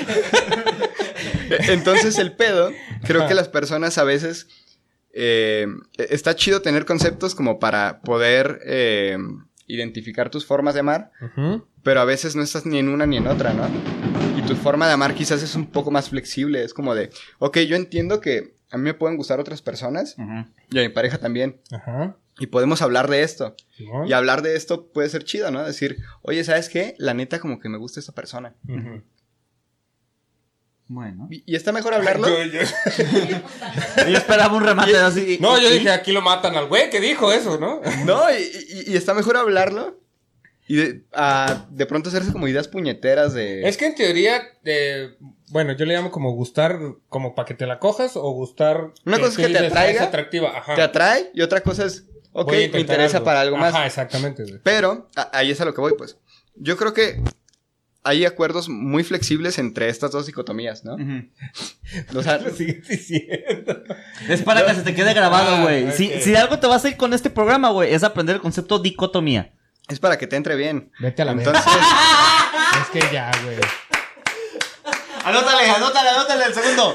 Entonces, el pedo, creo que las personas a veces. eh, está chido tener conceptos como para poder eh, identificar tus formas de amar. Ujú. Pero a veces no estás ni en una ni en otra, ¿no? Y tu forma de amar quizás es un poco más flexible. Es como de, ok, yo entiendo que a mí me pueden gustar otras personas Ujú. y a mi pareja también. Ajá. Y podemos hablar de esto. Simón. Y hablar de esto puede ser chido, ¿no? Decir, oye, ¿sabes qué? La neta como que me gusta esta persona. Ujú. Bueno. ¿Y, y está mejor hablarlo? Yo- yo- Yo esperaba un remate así. No, yo dije, aquí lo matan al güey que dijo eso, ¿no? No, y, y- y está mejor hablarlo. Y de, a, de pronto hacerse como ideas puñeteras de... Es que en teoría, eh, bueno, yo le llamo como gustar, como para que te la cojas o gustar. Una cosa es tú que te dices, "Ah, atraiga". es atractiva, ajá. Te atrae y otra cosa es, ok, Voy a me intentar interesa algo. para algo más. Ajá, exactamente, güey. Pero a- ahí es a lo que voy, pues. Yo creo que hay acuerdos muy flexibles entre estas dos dicotomías, ¿no? Ujú. O sea, Lo sigues diciendo. Es para que se te quede grabado, Ah, güey. ok. Si, si algo te vas a ir con este programa, güey, es aprender el concepto dicotomía. es para que te entre bien. Vete a la Entonces, Es que ya, güey. Anótale, anótale, anótale el segundo.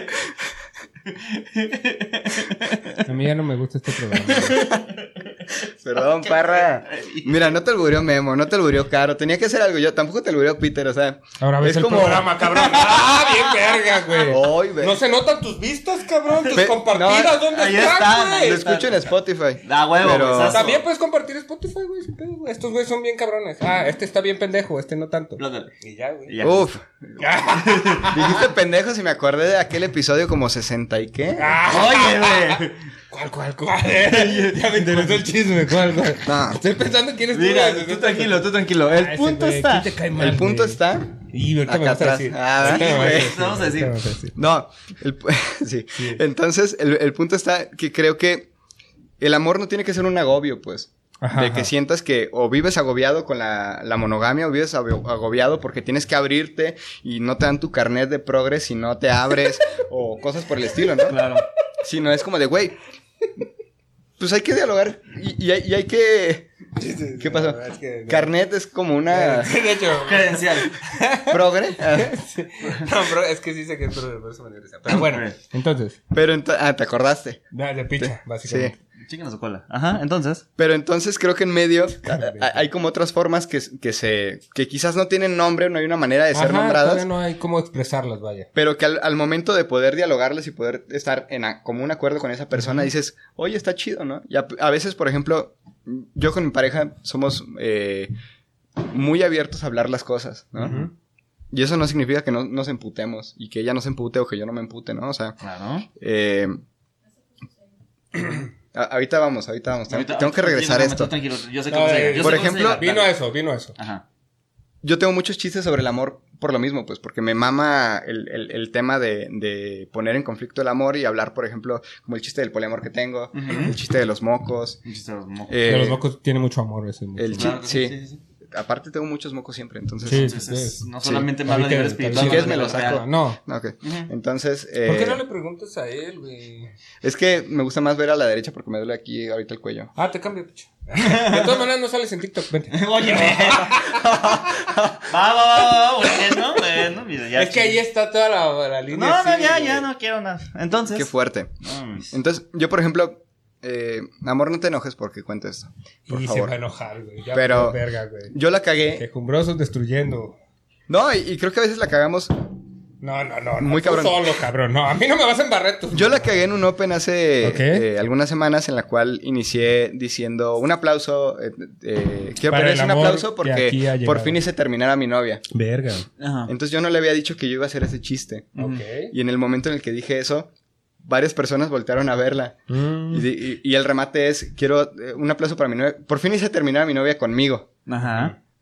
A mí ya no me gusta este programa. güey. perdón, parra. Mira, no te alburió Memo, no te alburió Caro. Tenía que hacer algo yo. Tampoco te alburió Peter, o sea. Ahora ves es el como... programa, cabrón. ¡Ah, bien verga, güey! Ay, ve- No se notan tus vistas, cabrón. Tus Ve- compartidas, no, ¿dónde ahí están, están, güey? ahí Lo está. escucho en Spotify. Da huevo, Pero- besazo. También puedes compartir Spotify, güey. sin pedo, güey. Estos güeyes son bien cabrones. Ah, este está bien pendejo, este no tanto. Ándale. Y ya, güey. Y ya. Uf. Dijiste pendejos y me acordé de aquel episodio como sesenta y qué. Ah, Oye, güey. ¿Cuál, cuál, cuál? ya me interesó el chisme, ¿cuál, cuál? No. Estoy pensando quién es Mira, tú tranquilo, tú tranquilo. El punto está. El El punto está. Y ahorita me acá vas a atrás. decir. Ah, Ahorita me vas a güey. decir. Vamos a decir. Ahorita me vas a decir. No, el pu- sí. Entonces, el, el punto está que creo que el amor no tiene que ser un agobio, pues. Ajá, de ajá. que sientas que o vives agobiado con la, la monogamia o vives abo- agobiado porque tienes que abrirte y no te dan tu carnet de progres si no te abres o cosas por el estilo, ¿no? Claro. Sino es como de, güey, pues hay que dialogar y, y hay, y hay que... ¿Qué pasó? No, es que no. Carnet es como una De hecho, Credencial. progre. Ah, no, bro, es que sí sé que es pero por eso me dio risa. Pero bueno, entonces, pero ento- ah, te acordaste. de, de picha, Sí. básicamente. Chiquen a su cola. Ajá, entonces. Pero entonces creo que en medio a- a- hay como otras formas que, que se que quizás no tienen nombre, no hay una manera de ser Ajá, nombradas, todavía no hay cómo expresarlas, vaya. pero que al, al momento de poder dialogarles y poder estar en a- como un acuerdo con esa persona, dices, oye, está chido, ¿no? Y a, a veces, por ejemplo, yo con mi pareja somos eh, muy abiertos a hablar las cosas, ¿no? Ujú. Y eso no significa que no nos emputemos y que ella no se empute o que yo no me empute, ¿no? O sea, Claro. eh, a- ahorita vamos, ahorita vamos. Tengo, Ahorita- tengo que regresar a tranquilo, esto. Tranquilo, yo sé No, cómo se eh, llega, yo sé por cómo se ejemplo, llega, Vino dale. eso, vino eso. Ajá. Yo tengo muchos chistes sobre el amor por lo mismo, pues, porque me mama el, el, el tema de, de poner en conflicto el amor y hablar, por ejemplo, como el chiste del poliamor que tengo, Ujú. el chiste de los mocos. Un chiste de los mocos. eh, De los locos tiene mucho amor ese. mucho. el chi- Claro que sí. sí, sí, sí. Aparte tengo muchos mocos siempre, entonces... Sí. Entonces, no Sí. solamente me habla de nivel Ahorita- espiritual. Si quieres me me habla lo de saco. real. No. Ok. Ujú. Entonces... eh, ¿Por qué no le preguntas a él, güey? Es que me gusta más ver a la derecha porque me duele aquí ahorita el cuello. Ah, te cambio, picha. De todas maneras no sales en TikTok, vente. Oye, va, va, va, va, bueno, bueno, mira, ya. Es que ahí está toda la, la línea. No, no, así, ya, güey. ya, no quiero nada. Entonces. Qué fuerte. No, mis- Entonces, yo, por ejemplo... eh, amor, no te enojes porque cuento esto. Por Y se favor. va a enojar, güey. Ya, Pero- por verga, güey. Yo la cagué. Quejumbrosos destruyendo. No, y, y creo que a veces la cagamos. No, no, no. Muy no, tú cabrón. solo, cabrón. No, a mí no me vas a embarrar tus... Yo la cagué en un Open hace Ok. eh, algunas semanas en la cual inicié diciendo un aplauso. eh, eh, quiero Para ponerles el un amor aplauso que aquí porque ha por llegado. fin hice terminar a mi novia. Verga. Ajá. Entonces yo no le había dicho que yo iba a hacer ese chiste. Ok. Y en el momento en el que dije eso, varias personas voltearon a verla. Mm. Y, di- y- y el remate es, quiero eh, un aplauso para mi novia. Por fin hice terminar a mi novia conmigo. Ajá.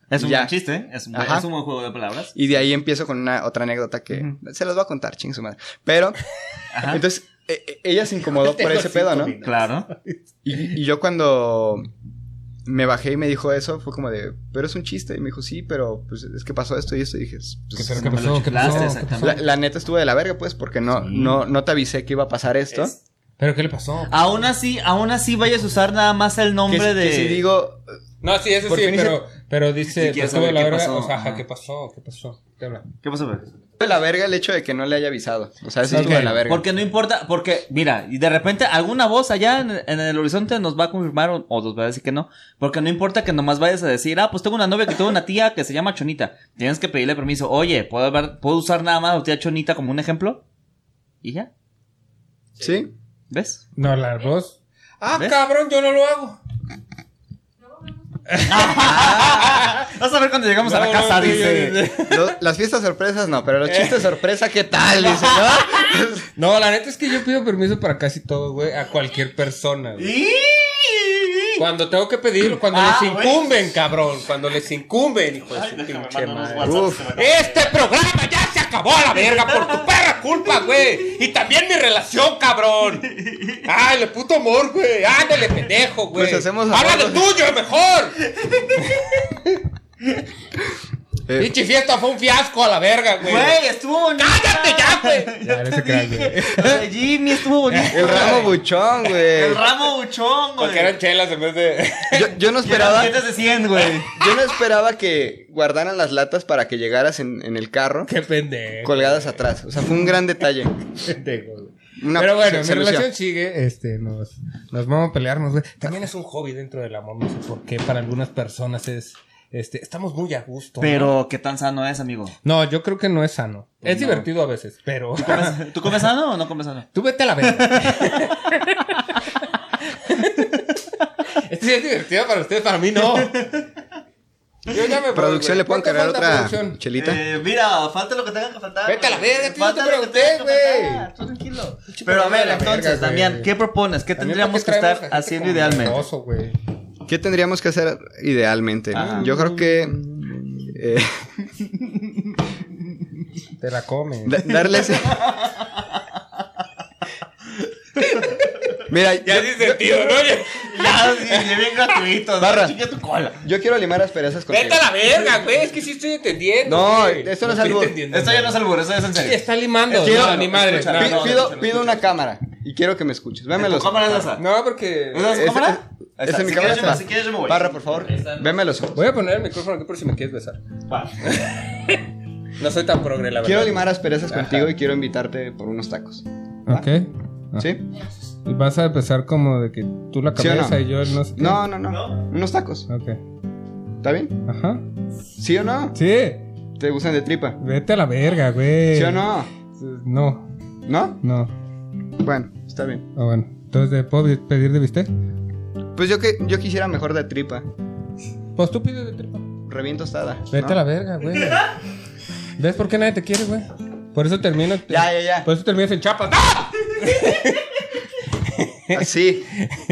Es un Ya. buen chiste, ¿eh? Es un, buen, Ajá. es un buen juego de palabras. Y de ahí empiezo con una otra anécdota que Ujú. se las voy a contar, ching su madre. Pero, Ajá. entonces, e- e- ella se incomodó por ese pedo, ¿no? Claro. Y, y yo cuando me bajé y me dijo eso, fue como de, pero es un chiste. Y me dijo, sí, pero pues es que pasó esto y esto. Y dije, pues, ¿Pero no qué me lo pasó? ¿Qué chiflaste, pasó? ¿Qué exactamente. pasó? la, la neta estuvo de la verga, pues, porque no, Sí. no, no te avisé que iba a pasar esto. Es- ¿Pero qué le pasó? Aún así, aún así vayas a usar nada más el Que, nombre de... que si digo, No, sí, eso ¿Por sí, qué ni pero, pero Si dice, quieres pues, tuvo saber la qué verga. pasó, O sea, ajá, ajá. ¿qué pasó? ¿Qué pasó? ¿Qué habla? ¿Qué pasó, güey? de la verga el hecho de que no le haya avisado. O sea, eso Sí, estuvo de ok. la verga. Porque no importa, porque, mira, y de repente alguna voz allá en, en el horizonte nos va a confirmar o, o nos va a decir que no. Porque no importa que nomás vayas a decir, ah, pues tengo una novia que tuvo una tía que se llama Chonita. Tienes que pedirle permiso. Oye, ¿puedo, ver- ¿puedo usar nada más a la tía Chonita como un ejemplo? Y ya, Sí. ¿ves? No, la voz. Ah, ¿Ves? cabrón, yo no lo hago. Vas a ver cuando llegamos a la No, casa, no, sí, dice. sí, sí. Lo- las fiestas sorpresas no, pero los chistes sorpresa, ¿qué tal? Dice, ¿no? No, la neta es que yo pido permiso para casi todo, güey, a cualquier persona, güey. Cuando tengo que pedirlo, cuando Ah, les güey. incumben, cabrón. Cuando les incumben, hijo de Ay, su déjame pinche mandar unos madre. WhatsApp, Uf. se me acaba. Este programa ya se acabó a la verga por tu perra culpa, güey. Y también mi relación, cabrón. Ay, el puto amor, güey. Ándale, pendejo, güey. Pues hacemos Habla amor, del tuyo, mejor. Eh, Pinche fiesta fue un fiasco a la verga, güey. Güey, estuvo bonito. ¡Cállate ya, güey! Ya, ese crack, güey. O sea, Jimmy estuvo bonito. el ramo buchón, güey. El ramo buchón, güey. Porque eran chelas en vez de... Yo, yo no esperaba, Billetes de cien, güey. yo no esperaba que guardaran las latas para que llegaras en, en el carro Qué pendejo. colgadas atrás. O sea, fue un gran detalle. Pendejo, güey. Una- Pero bueno, se- mi se lució. relación sigue, este, nos, nos vamos a pelearnos, güey. También es un hobby dentro del amor, no sé por qué, para algunas personas es, este, estamos muy a gusto. ¿no? Pero, ¿qué tan sano es, amigo? No, yo creo que no es sano. Es no. divertido a veces, pero... ¿Tú comes sano o no comes sano? Tú vete a la verga. Esto sí es divertido para ustedes, para mí no. Yo ya me voy, Producción, güey. ¿le pueden ¿Cuánto cargar falta, otra producción? chelita? Eh, mira, falta lo que tenga que faltar. Vete a la güey. verga, tío, Falta te lo que pregunté, tenga que güey. faltar, tú tranquilo. Pero a ver, a la entonces, verga, güey. Damián, ¿qué propones? ¿Qué También, tendríamos que ¿por qué estar traemos a gente haciendo como idealmente? nervoso, güey? ¿Qué tendríamos que hacer idealmente? Ajá. Yo creo que eh, Te la comes. da- darle ese... Mira, Ya yo, sin sentido, ¿no? Ya- Ya, sí, sí, bien gratuito. Barra. Chica tu cola. yo quiero limar asperezas contigo. Vete a la verga, güey. Es que sí estoy entendiendo. No, güey. esto no es Estoy albur. entendiendo. Esto ya no es albur, esto ya es en Sí, serio. está limando. Quiero- no, ni madre. escucha, no, Pi- no. pido, pido una cámara y quiero que me escuches. Véme ¿Tu los cámara ojos. es esa? No, porque... ¿Esa es tu Ese- cámara? ese- Ahí esa está. es mi Si cámara. quieres, yo me- está. si quieres, yo me voy. Barra, por favor. Véme los ojos. Voy a poner el micrófono aquí por si me quieres besar. Va. No soy tan progre, la verdad. Quiero limar asperezas Ajá. contigo y quiero invitarte por unos tacos. Ok. Ah. ¿Sí? Y vas a empezar como de que tú la ¿Sí o cabeza no? y yo el no sé qué. No, no, no, ¿No? Unos tacos. Ok. ¿Está bien? Ajá. ¿Sí o no? Sí. ¿Te gustan de tripa? Vete a la verga, güey. ¿Sí o no? No, ¿No? no. Bueno, está bien. Ah, bueno. Entonces, ¿de- ¿puedo vi- pedir de bistec? Pues yo que yo quisiera mejor de tripa. Pues tú pides de tripa. Revién tostada. Vete ¿no? a la verga, güey. ¿Ves por qué nadie te quiere, güey? Por eso termino. Ya, ya, ya. Por eso terminas en chapas. ¡Ah! Así.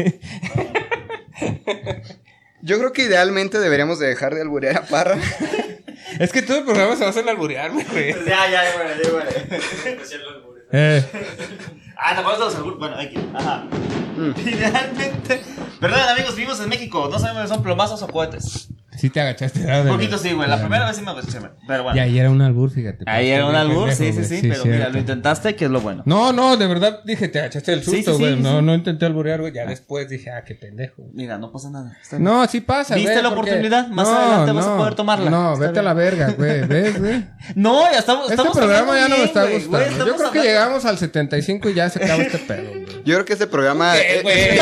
Yo creo que idealmente deberíamos de dejar de alburear a Parra. Es que todo el programa se basa en alburearme, güey. Ya, ya, ya, bueno, ya, bueno. Eh. Ah, ¿te acuerdas de los albur? Bueno, hay que. Ajá. Mm. Idealmente. Perdón, amigos, vivimos en México. No sabemos si son plomazos o cohetes. Sí te agachaste. ¿verdad? Un poquito sí, güey. La primera vez sí me agaché, pero bueno. Y ahí era un albur, fíjate. Ahí era un albur, sí, Pendejo, sí, sí. güey. Pero mira, cierto. lo intentaste, que es lo bueno. No, no, de verdad dije, te agachaste el Sí, susto, sí, güey. sí, no, sí. no intenté alburear, güey. Ya después dije, ah, qué pendejo. güey. Mira, no pasa nada. Está bien. No, sí pasa, ¿Viste güey, la porque- oportunidad? Más No, adelante vas a no, poder tomarla. No, Está vete a bien. la verga, güey. ¿Ves, güey? No, ya estamos. Este estamos programa hablando ya no me bien, está güey, gustando. güey, Yo estamos creo que hablando- llegamos al setenta y cinco y ya se acaba este pedo, güey. Yo creo que este programa... Eh, eh, güey.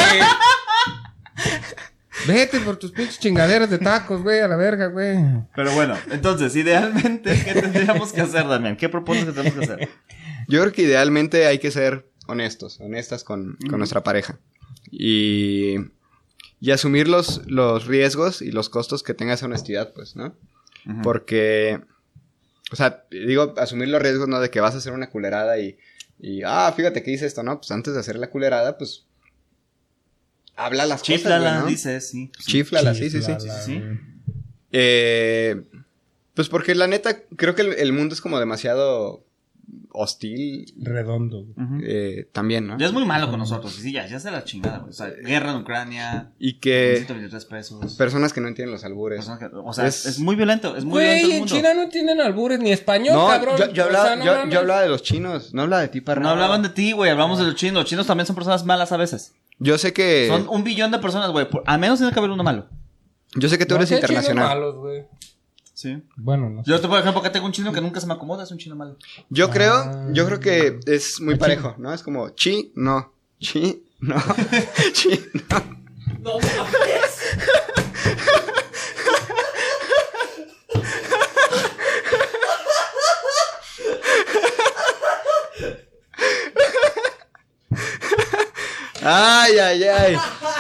Vete por tus pinches chingaderas de tacos, güey, a la verga, güey. Pero bueno, entonces, idealmente, ¿qué tendríamos que hacer, Damián? ¿Qué propones que tenemos que hacer? Yo creo que idealmente hay que ser honestos, honestas con, con nuestra pareja. Y, y asumir los, los riesgos y los costos que tenga esa honestidad, pues, ¿no? Ujú. Porque, o sea, digo, asumir los riesgos, ¿no? De que vas a hacer una culerada y, y ah, fíjate que hice esto, ¿no? Pues antes de hacer la culerada, pues, habla las cosas, Chiflala, güey, ¿no? dices, sí. Chíflala, sí, sí, sí. Chiflala, sí. güey. Eh, pues porque la neta, creo que el, el mundo es como demasiado hostil. Redondo. güey. Ujú. eh, también, ¿no? Ya es muy malo con nosotros. Sí, ya, ya es de la chingada, güey. O sea, guerra en Ucrania. Y que ciento veintitrés pesos. personas que no entienden los albures. Personas que- o sea, Es- es, muy violento. Es muy violento Güey, el en mundo. China no entienden albures ni español, No, cabrón. yo, yo O hablaba, sea, no yo, mames. yo hablaba de los chinos, no hablaba de ti, para No hablaban de ti, güey. Hablamos de los chinos. Los chinos también son personas malas a veces. Yo sé que Son un billón de personas, güey. Por- Al menos tiene que haber uno malo. yo sé que tú No, eres sí hay chinos internacional. malos, güey. Sí. Bueno, no. Yo, por ejemplo, que tengo un chino que nunca se me acomoda. Es un chino malo. Yo Ah. creo, yo creo que es muy parejo, ¿no? Es como chi, no, chi, no, chi, no. No mames. Ay, ay, ay.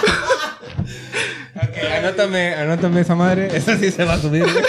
Ok, anótame, anótame esa madre. Esa sí se va a subir, güey.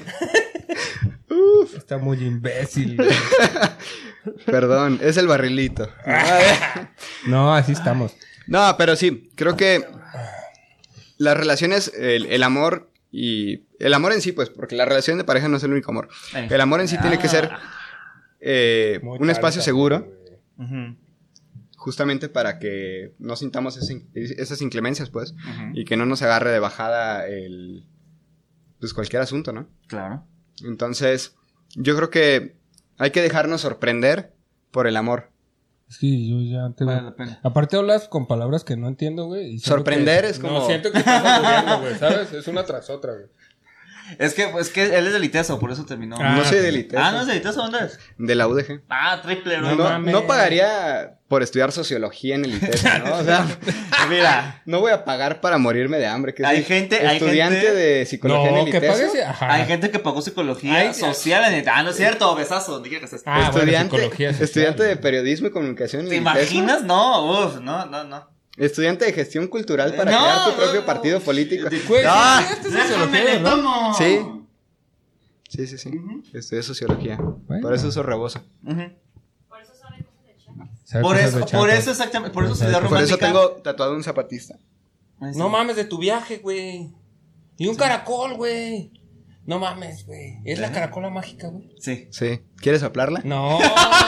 Está muy imbécil, güey. Perdón, es el barrilito. No, así estamos. No, pero sí, creo que las relaciones, el, el amor y... El amor en sí, pues, porque la relación de pareja no es el único amor. Eh. El amor en sí tiene que ser eh, Muy un espacio calca, seguro, güey. Ujú. justamente para que no sintamos ese- esas inclemencias, pues, Ujú. y que no nos agarre de bajada el... Pues cualquier asunto, ¿no? Claro. Entonces, yo creo que hay que dejarnos sorprender por el amor. Sí, yo ya te Vale la pena. Aparte hablas con palabras que no entiendo, güey. y siento Sorprender que- es como- No, siento que estás aburriendo, güey, ¿sabes? Es una tras otra, güey. Es que, es que él es del ITESO, por eso terminó. Ah, no soy del ITESO, Ah, ¿no es del ITESO? ¿Dónde es? de la U D G. Ah, triple, No, ¿no? no, mames. no pagaría por estudiar sociología en el ITESO, ¿no? O sea, Mira, no voy a pagar para morirme de hambre. Que Hay soy gente- hay estudiante gente- de psicología en No, el que ITESO. pagues... Ajá. hay gente que pagó psicología Ay, social en el... Ah, no es cierto, besazo, donde quiera que estés. Ah, bueno, estudiante, psicología social, estudiante de güey. periodismo y comunicación en ¿Te el ITESO. imaginas? No, uf, no, no, no. Estudiante de gestión cultural para No, crear tu no, propio no. partido político. Güey, Ah, sí, esto es sociología, Déjame, le ¿verdad? tomo. Sí. Sí, sí, sí. Estudié sociología. Bueno. Por eso uso rebozo. Ujú. Por eso sabe cosas de Chiapas. ¿Sabe Por cosas eso, de por Chiapas? eso exactamente, por eso Por ciudad eso Por eso romántica. tengo tatuado un zapatista. Ay, sí. No mames de tu viaje, güey. Y un caracol, güey. No mames, güey. Es la caracola mágica, güey. Sí. Sí. ¿Quieres soplarla? No.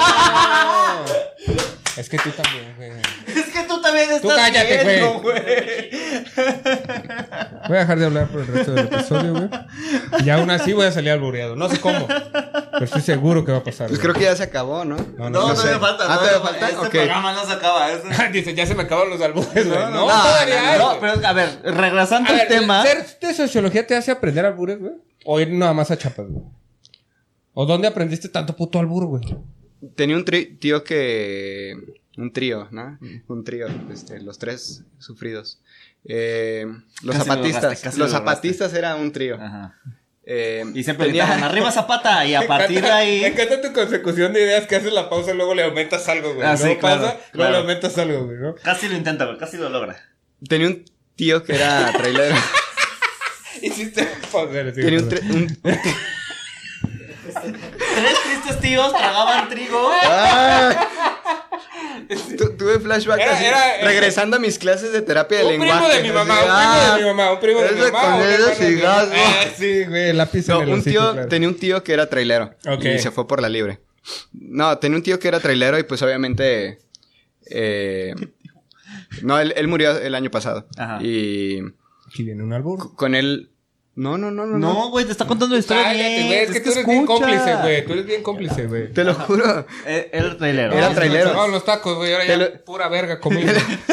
Es que tú también, güey. Es que tú también estás Tú cállate, viendo, güey. Voy a dejar de hablar por el resto del episodio, güey. Y aún así voy a salir albureado. No sé cómo. Pero estoy seguro que va a pasar. Pues güey. creo que ya se acabó, ¿no? No, No, No todavía sé. falta. Ah, ¿todavía falta? Este Ok. programa no se acaba. este- Dice, ya se me acaban los albures, güey. No, no, todavía no, hay, No, güey. pero a ver, regresando A al ver, tema. ¿ser de sociología te hace aprender albures, güey? ¿O ir nada más a Chiapas, güey? ¿O dónde aprendiste tanto puto albur, güey? Tenía un tri- tío que... Un trío, ¿no? Un trío. Este, los tres sufridos. Eh, los Casi lo zapatistas. lograste, casi los lo lograste. zapatistas era un trío. Ajá. Eh, Y siempre tenía- gritaban, arriba Zapata, y a partir de Me ahí... encanta tu consecución de ideas que haces la pausa y luego le aumentas algo, güey. Ah, sí, luego claro, pausa, luego claro. le aumentas algo, güey, ¿no? Casi lo intenta, güey, casi lo logra. Tenía un tío que era trailero. Hiciste pausa. sí, Tenía un, perdón. tri- un- Tres tristes tíos tragaban trigo. ¡Ah! Tu- tuve flashback Era- así, era- era- regresando a mis clases de terapia de Un lenguaje. primo de mi mamá, así, un primo de mi mamá, un primo de mi ese mamá. con un ese hermano de mi cigarro. mamá. Ah, sí, güey, el lápiz No, en el un hocico, tío, claro. tenía un tío que era trailero. Ok. Y se fue por la libre. No, tenía un tío que era trailero y pues obviamente... eh, no, él, él murió el año pasado. Ajá. Y Aquí viene un albur. con él... No, no, no, no. No, güey, te está contando la historia Cállate, bien. güey, es que tú eres bien escucha. cómplice, güey. Tú eres bien cómplice, güey. Te lo juro. Eh, Era trailero. Era No, trailero. No, los tacos, güey. Ahora Te ya lo- pura verga conmigo.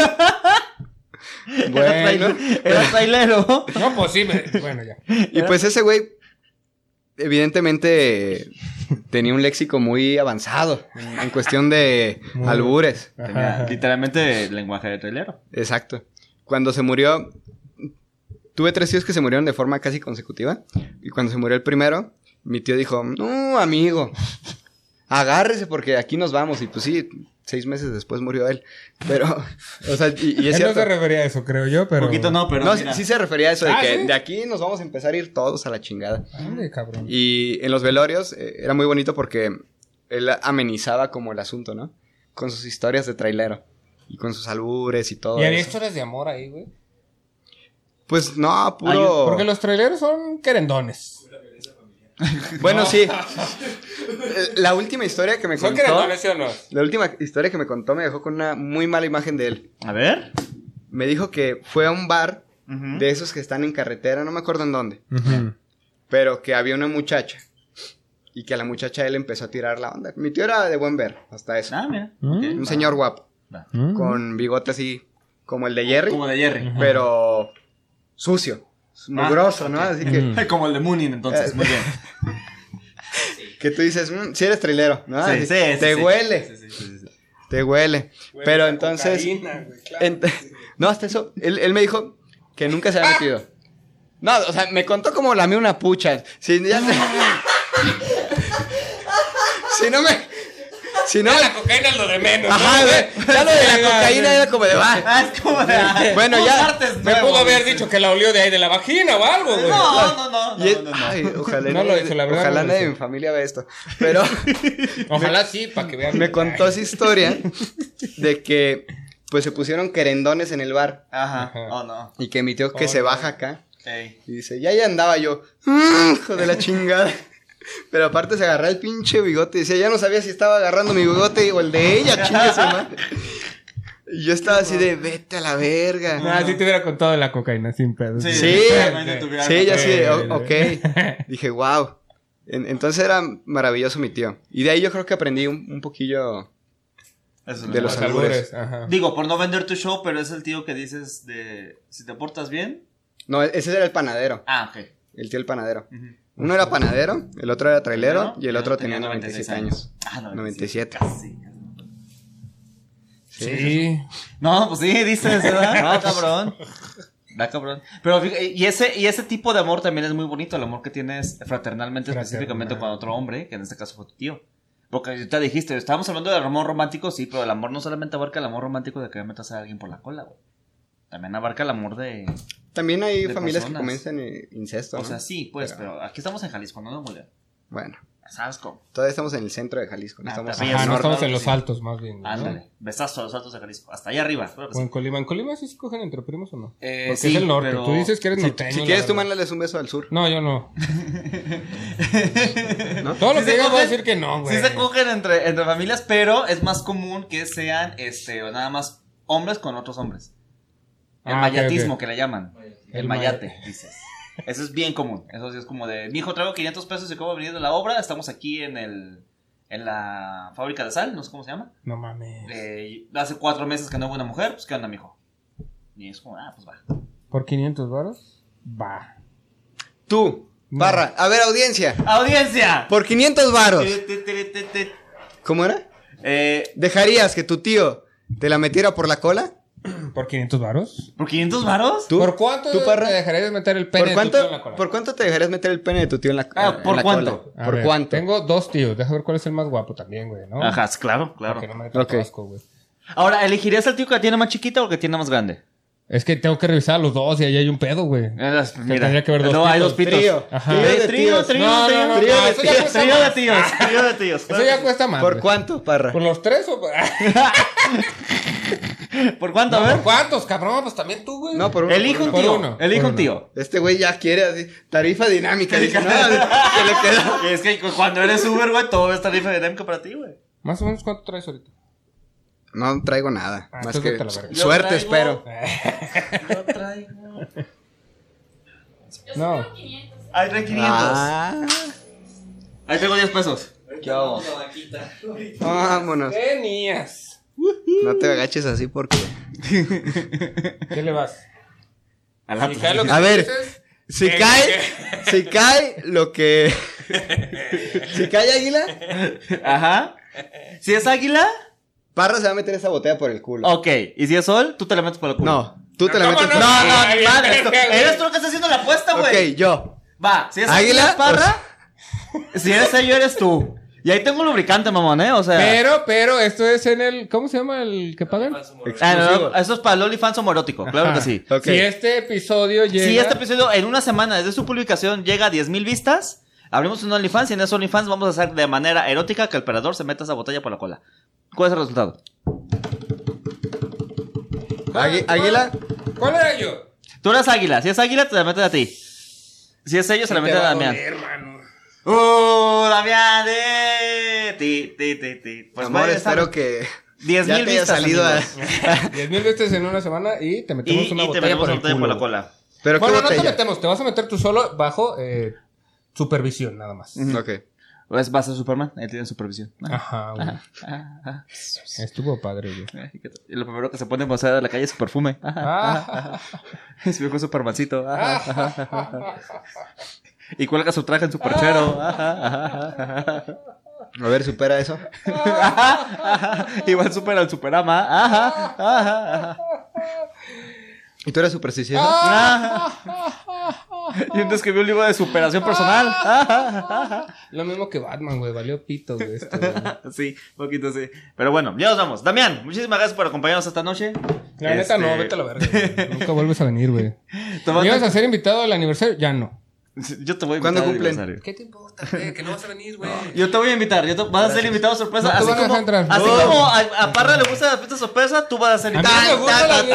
Era, Bueno. trailero. Era trailero. No, pues sí, me... bueno, ya. Y pues ese güey, evidentemente, tenía un léxico muy avanzado en, en cuestión de Muy- albures. Tenía Ajá. literalmente lenguaje de trailero. Exacto. Cuando se murió, tuve tres tíos que se murieron de forma casi consecutiva. Y cuando se murió el primero, mi tío dijo, no, amigo, agárrese porque aquí nos vamos. Y pues sí, seis meses después murió él. Pero, o sea, y, y es Él no cierto. se refería a eso, creo yo, pero... Un poquito no, pero. No, mira. sí, sí se refería a eso, de Ah, que ¿sí? de aquí nos vamos a empezar a ir todos a la chingada. Ande, cabrón. Y en los velorios eh, era muy bonito porque él amenizaba como el asunto, ¿no? Con sus historias de trailero. Y con sus albures y todo ¿Y había eso. historias de amor ahí, güey? Pues no, puro... Ay, Porque los traileros son querendones. Bueno, sí. La última historia que me ¿Son contó... querendones, sí o no? La última historia que me contó me dejó con una muy mala imagen de él. A ver. Me dijo que fue a un bar Ujú. de esos que están en carretera, no me acuerdo en dónde. Ujú. Pero que había una muchacha. Y que a la muchacha él empezó a tirar la onda. Mi tío era de buen ver, hasta eso. Ah, mira. Mm. Ok. Un señor guapo. Va. Mm. Con bigote así, como el de Jerry. Como de Jerry. Pero sucio. Mugroso, ¿no? Así que... Mm. Como el de Moonin, entonces. Muy bien. Que tú dices, si eres trailero, ¿no? Sí, Así, sí, sí, te sí. huele, Sí, sí, sí, sí. te huele. Huele Pero a entonces, cocaína, güey, claro. ent- no, hasta eso, él, él me dijo que nunca se había metido. No, o sea, me contó como lamé una pucha. Si, ya se- si no me... Si no... No, la cocaína es lo de menos. Ajá, ¿no? güey, ya lo de la cocaína era como de, va. Ah, es como de. Bueno, un ya. martes Me nuevo, pudo haber güey. dicho que la olió de ahí de la vagina o algo, güey. No, no, no. no, Y es- no, no. ay, ojalá, No lo hizo, la verdad ojalá no lo nadie de hizo. mi familia vea esto. Pero Ojalá sí, para que vean. me contó esa historia de que pues se pusieron querendones en el bar. Ajá. Ajá. Oh, no. Y que mi tío que Oh, se no. baja acá. Ey. Y dice, ya ahí andaba yo. "Mm, hijo de la chingada. Pero aparte se agarró el pinche bigote. Y decía, ya no sabía si estaba agarrando mi bigote o el de ella, chingue su madre. Y yo estaba así de, vete a la verga. Ah, sí te hubiera contado de la cocaína sin pedo. Sí, Sí, realmente tuviera Sí, ya sí, de, Ok, "O- ok. Dije, wow. En- entonces era maravilloso mi tío. Y de ahí yo creo que aprendí un, un poquillo. Eso de no los me acuerdo. albures. Ajá. Digo, por no vender tu show, pero es el tío que dices de. Si te portas bien. No, ese era el panadero. Ah, ok. El tío el panadero. Ujú. Uno era panadero, el otro era trailero Trailero, y el otro tenía noventa y siete años. Ah, noventa y siete. Casi. Sí. No, pues sí, dices, ¿verdad? No, cabrón. Da cabrón. Pero fíjate, y ese, y ese tipo de amor también es muy bonito, el amor que tienes fraternalmente, Fraternal. específicamente con otro hombre, que en este caso fue tu tío. Porque te dijiste, estábamos hablando del amor romántico, sí, pero el amor no solamente abarca el amor romántico de que metas a alguien por la cola, güey. También abarca el amor de... También hay De familias personas. que comienzan eh, incesto, O ¿no? sea, sí, pues, Pero- pero aquí estamos en Jalisco, no Nuevo León. Bueno, ¿Sabes cómo? todavía estamos en el centro de Jalisco, no Ah, estamos también. en Ajá, el no norte. estamos en los sí. altos, más bien. ¿no? Ándale, besazo a los altos de Jalisco, hasta allá arriba. Claro que O sí. en Colima. ¿En Colima sí se cogen entre primos o no? Eh, Porque sí, es el norte. pero- Tú dices que eres Si, norteño. si la quieres tú verdad. mándales un beso al sur. No, yo no. Todo lo Sí que se digas voy a cogen- decir que no, güey. Sí se cogen entre, entre familias, pero es más común que sean, este, o nada más hombres con otros hombres. El Ah, ok, mayatismo ok. que le llaman. El, El mayate, mayate. dices. Eso es bien común. Eso sí es como de, mi hijo traigo quinientos pesos y acabo de venir de la obra, estamos aquí en el, en la fábrica de sal, no sé cómo se llama. No mames. Eh, hace cuatro meses que no hubo una mujer, pues ¿qué onda, mijo? Y es como, ah, pues va. ¿Por quinientos varos? Va. Tú, No. barra, a ver, audiencia, ¡Audiencia! por quinientos varos, Te, te, te, te, te. ¿cómo era? Eh, ¿Dejarías que tu tío te la metiera por la cola? ¿Por quinientos varos? ¿Por quinientos varos? ¿Tú? ¿Por cuánto ¿Tú, Parra? te dejarías meter el pene ¿Por de tu tío en la cuánto, cola? ¿Por cuánto te dejarías meter el pene de tu tío en la, Ah, en ¿por la cuánto? cola? A ¿Por ver, cuánto? Tengo dos tíos. Deja ver cuál es el más guapo también, güey, ¿no? Ajá, claro, Para claro. que no me dé tanto Ok. asco, güey. Ahora, ¿elegirías al tío que tiene más chiquita o que tiene más grande? Es que tengo que revisar a los dos y ahí hay un pedo, güey. Eh, Mira, tendría que haber dos no, hay pitos. dos pitos. Trío. Ajá. Trío de Trío, tíos. trío, No, trío, no, no, trío no, de eso ya tíos, cuesta trío de más. tíos, trío de tíos. Eso ya cuesta más. ¿Por güey. cuánto, Parra? ¿Por los tres o...? ¿Por cuánto? No, A ver. ¿por cuántos, cabrón? Pues también tú, güey. No, por uno. Elige por un uno. tío. uno. Elige Por un uno. tío. Este güey ya quiere así, tarifa dinámica. Dice, no, se le queda. Es que cuando eres Uber, güey, todo es tarifa dinámica para ti, güey. Más o menos, ¿cuánto traes ahorita? No traigo nada. Ah, más entonces que vete a la verga. Yo suerte, traigo- espero. Yo traigo. Yo No. tengo quinientos. Ahí trae quinientos. Ah, Ahí tengo diez pesos. ¿qué hago? La vaquita. Vámonos. Tenías. No te agaches así porque. ¿Qué le vas? A la Si cae lo que A tú ver. dices, Si ¿Qué? cae, si cae lo que. Si cae águila, Ajá. Si es águila, Parra se va a meter esa botella por el culo. ok. Y si es sol, tú te la metes por el culo. No, tú te la ¿Cómo metes no? por No, no, Ay, ni madre. verga, esto- güey. Eres tú el que está haciendo la apuesta, güey. Ok, yo. Va, si es ¿Águila? águila, parra. Si eres ello, eres tú. Y ahí tengo un lubricante, mamón, ¿eh? O sea. Pero, pero, esto es en el... ¿Cómo se llama el que pagan? Ah, no, no, eso es para el OnlyFans homoerótico, claro Ajá. que sí. Ok. Si este episodio llega... Si este episodio en una semana desde su publicación llega a diez mil vistas, abrimos un OnlyFans y en ese OnlyFans vamos a hacer de manera erótica que el operador se meta esa botella por la cola. ¿Cuál es el resultado? Águi- águila, ¿Cuál era yo? Tú eres águila. Si es águila, te la meten a ti. Si es ellos, se la meten a Damián. ¡Uh, Damián! Eh. Ti, ti, ti, ti. Pues Amor, vaya, espero sabe. que diez ya mil te haya vistas, salido a... amigos. diez mil veces en una semana y te metemos Y, una y te botella metemos por una el botella culo. por la cola. Pero Bueno, ¿qué no te botella? metemos, te vas a meter tú solo bajo eh, supervisión, nada más. Ok. Pues vas a Superman, ahí tienen supervisión. Ajá, güey. Ah, ah. Estuvo padre, güey. Ay, qué tal. Y lo primero que se pone en pasar a la calle es su perfume. Ah. Se ve con Supermancito. Ajá, ajá, ajá. Y cuelga su traje en su perchero. Ajá, ajá, ajá. A ver, supera eso. Y va al super al Superama. Ajá, ajá, ajá. ¿Y tú eres supersticioso? Y entonces escribió un libro de superación personal. Ajá, ajá. Lo mismo que Batman, güey. Valió pito, güey. Esto, güey. Sí, un poquito sí. Pero bueno, ya nos vamos. Damián, muchísimas gracias por acompañarnos esta noche. La neta no, Este, vete a la verga, güey. Nunca vuelves a venir, güey. tomando- ¿Me ibas a ser invitado al aniversario? Ya no. Yo te voy a invitar. ¿Cuándo al cumplen? aniversario. ¿Qué te importa, güey? Que no vas a venir, güey. Yo te voy a invitar, yo te- vas a ser invitado sorpresa. No te así van a como, dejar entrar. así No. como a, a Parra le gusta la fiesta sorpresa, tú vas a ser A mí invitado. me gusta la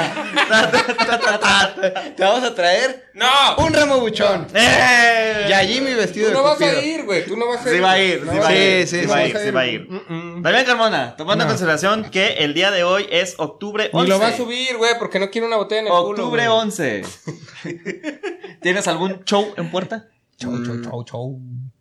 Te vamos a traer ¡No! un ramo buchón. ¡Eh! Y a Jimmy vestido Tú de no vas a Cupido. ir, güey. Tú no vas a ir. Sí va a ir, No sí vas va a sí, ir, sí, sí va a sí ir, vas a sí ir. va a ir. Mm-mm. Damián Carmona, tomando en No. consideración que el día de hoy es octubre Ni once. lo va a subir, güey, porque no quiere una botella en el culo, Octubre güey. once. ¿Tienes algún show en puerta? Chau, chau, chau, chau.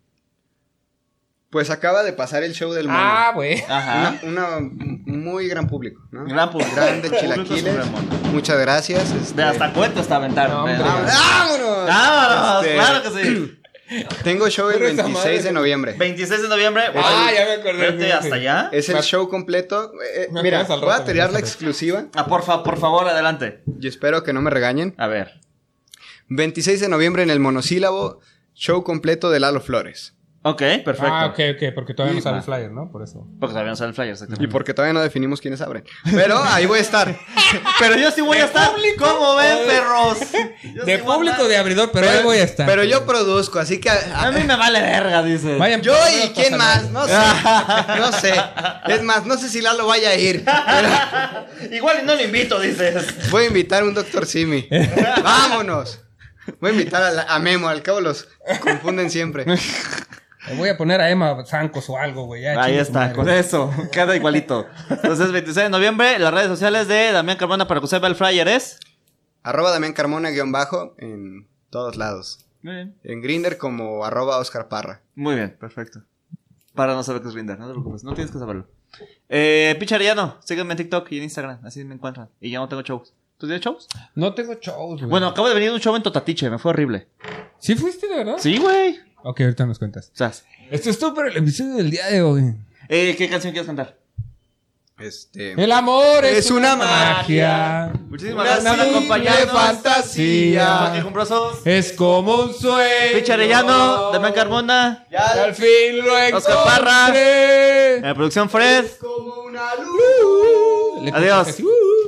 Pues acaba de pasar el show del mono. Ah, güey. Ajá. Una, una muy gran público, ¿no? Gran público. Grande Público chilaquiles. super mono. Muchas gracias. este- De hasta cuentas te aventaron. No, hombre. ¿eh? ¡Vámonos! ¡Vámonos! Este, Claro que sí. Tengo show el Pero esa veintiséis de madre- noviembre. veintiséis de noviembre. Ah, ya me acordé. Vete hasta allá. Es el Me- show completo. Eh, me mira, acuerdas al voy a rato, tirar me la acuerdas. exclusiva Ah, por, fa- por favor, adelante. y espero que no me regañen. A ver. veintiséis de noviembre en el monosílabo, show completo de Lalo Flores. Ok, perfecto. Ah, ok, ok, porque todavía no sale el Ah. flyer, ¿no? Por eso. Porque todavía no sale el flyer, Y exactamente. porque todavía no definimos quiénes abren. Pero ahí voy a estar. Pero yo sí voy a estar. ¿Cómo ven, perros? Yo De sí voy a público, estar. de abridor, pero, ahí voy a estar. Pero yo produzco, así que... A mí me vale verga, dice. Vayan, Yo pero y no quién pasa más, nada. no sé. No sé. Es más, no sé si Lalo vaya a ir. Pero Igual y no lo invito, dices. voy a invitar a un doctor Simi. Vámonos. Voy a invitar a, la- a Memo, al cabo los confunden siempre. Le voy a poner a Emma Zancos o algo, güey. ya, Ahí chingue su está, madre. con eso. Queda igualito. Entonces, veintiséis de noviembre, las redes sociales de Damián Carmona para que usted vea el flyer es. Arroba Damián Carmona guión bajo en todos lados. Muy bien. En Grindr como arroba Oscar Parra. Muy bien, perfecto. Para no saber qué es Grindr, no te preocupes, no tienes que saberlo. Eh, Picharellano, sígueme en TikTok y en Instagram, así me encuentran. Y ya no tengo shows. ¿Tú tienes shows? No tengo shows, güey. Bueno, acabo de venir de un show en Totatiche, me fue horrible. ¿Sí fuiste, de verdad? Sí, güey. Ok, ahorita nos cuentas. O sea, Esto es todo para el episodio del día de hoy. eh, ¿qué canción quieres cantar? Este. El amor es, Es una magia. Muchísimas Una gracias por simple acompañarnos. fantasía. Joaquín Cumbrosos. Es como un sueño. Picharellano, Damián Carmona. Y al fin lo encontré. Oscar Parra. En la producción Fred. Como una luz. Le Adiós. casi, uh.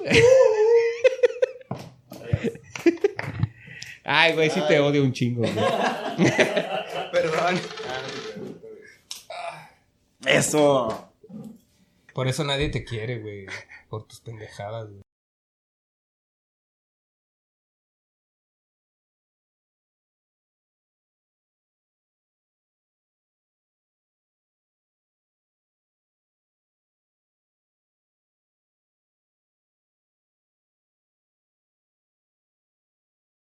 Ay, güey, sí te odio un chingo, güey. Perdón. Eso. Por eso nadie te quiere, güey. Por tus pendejadas, güey.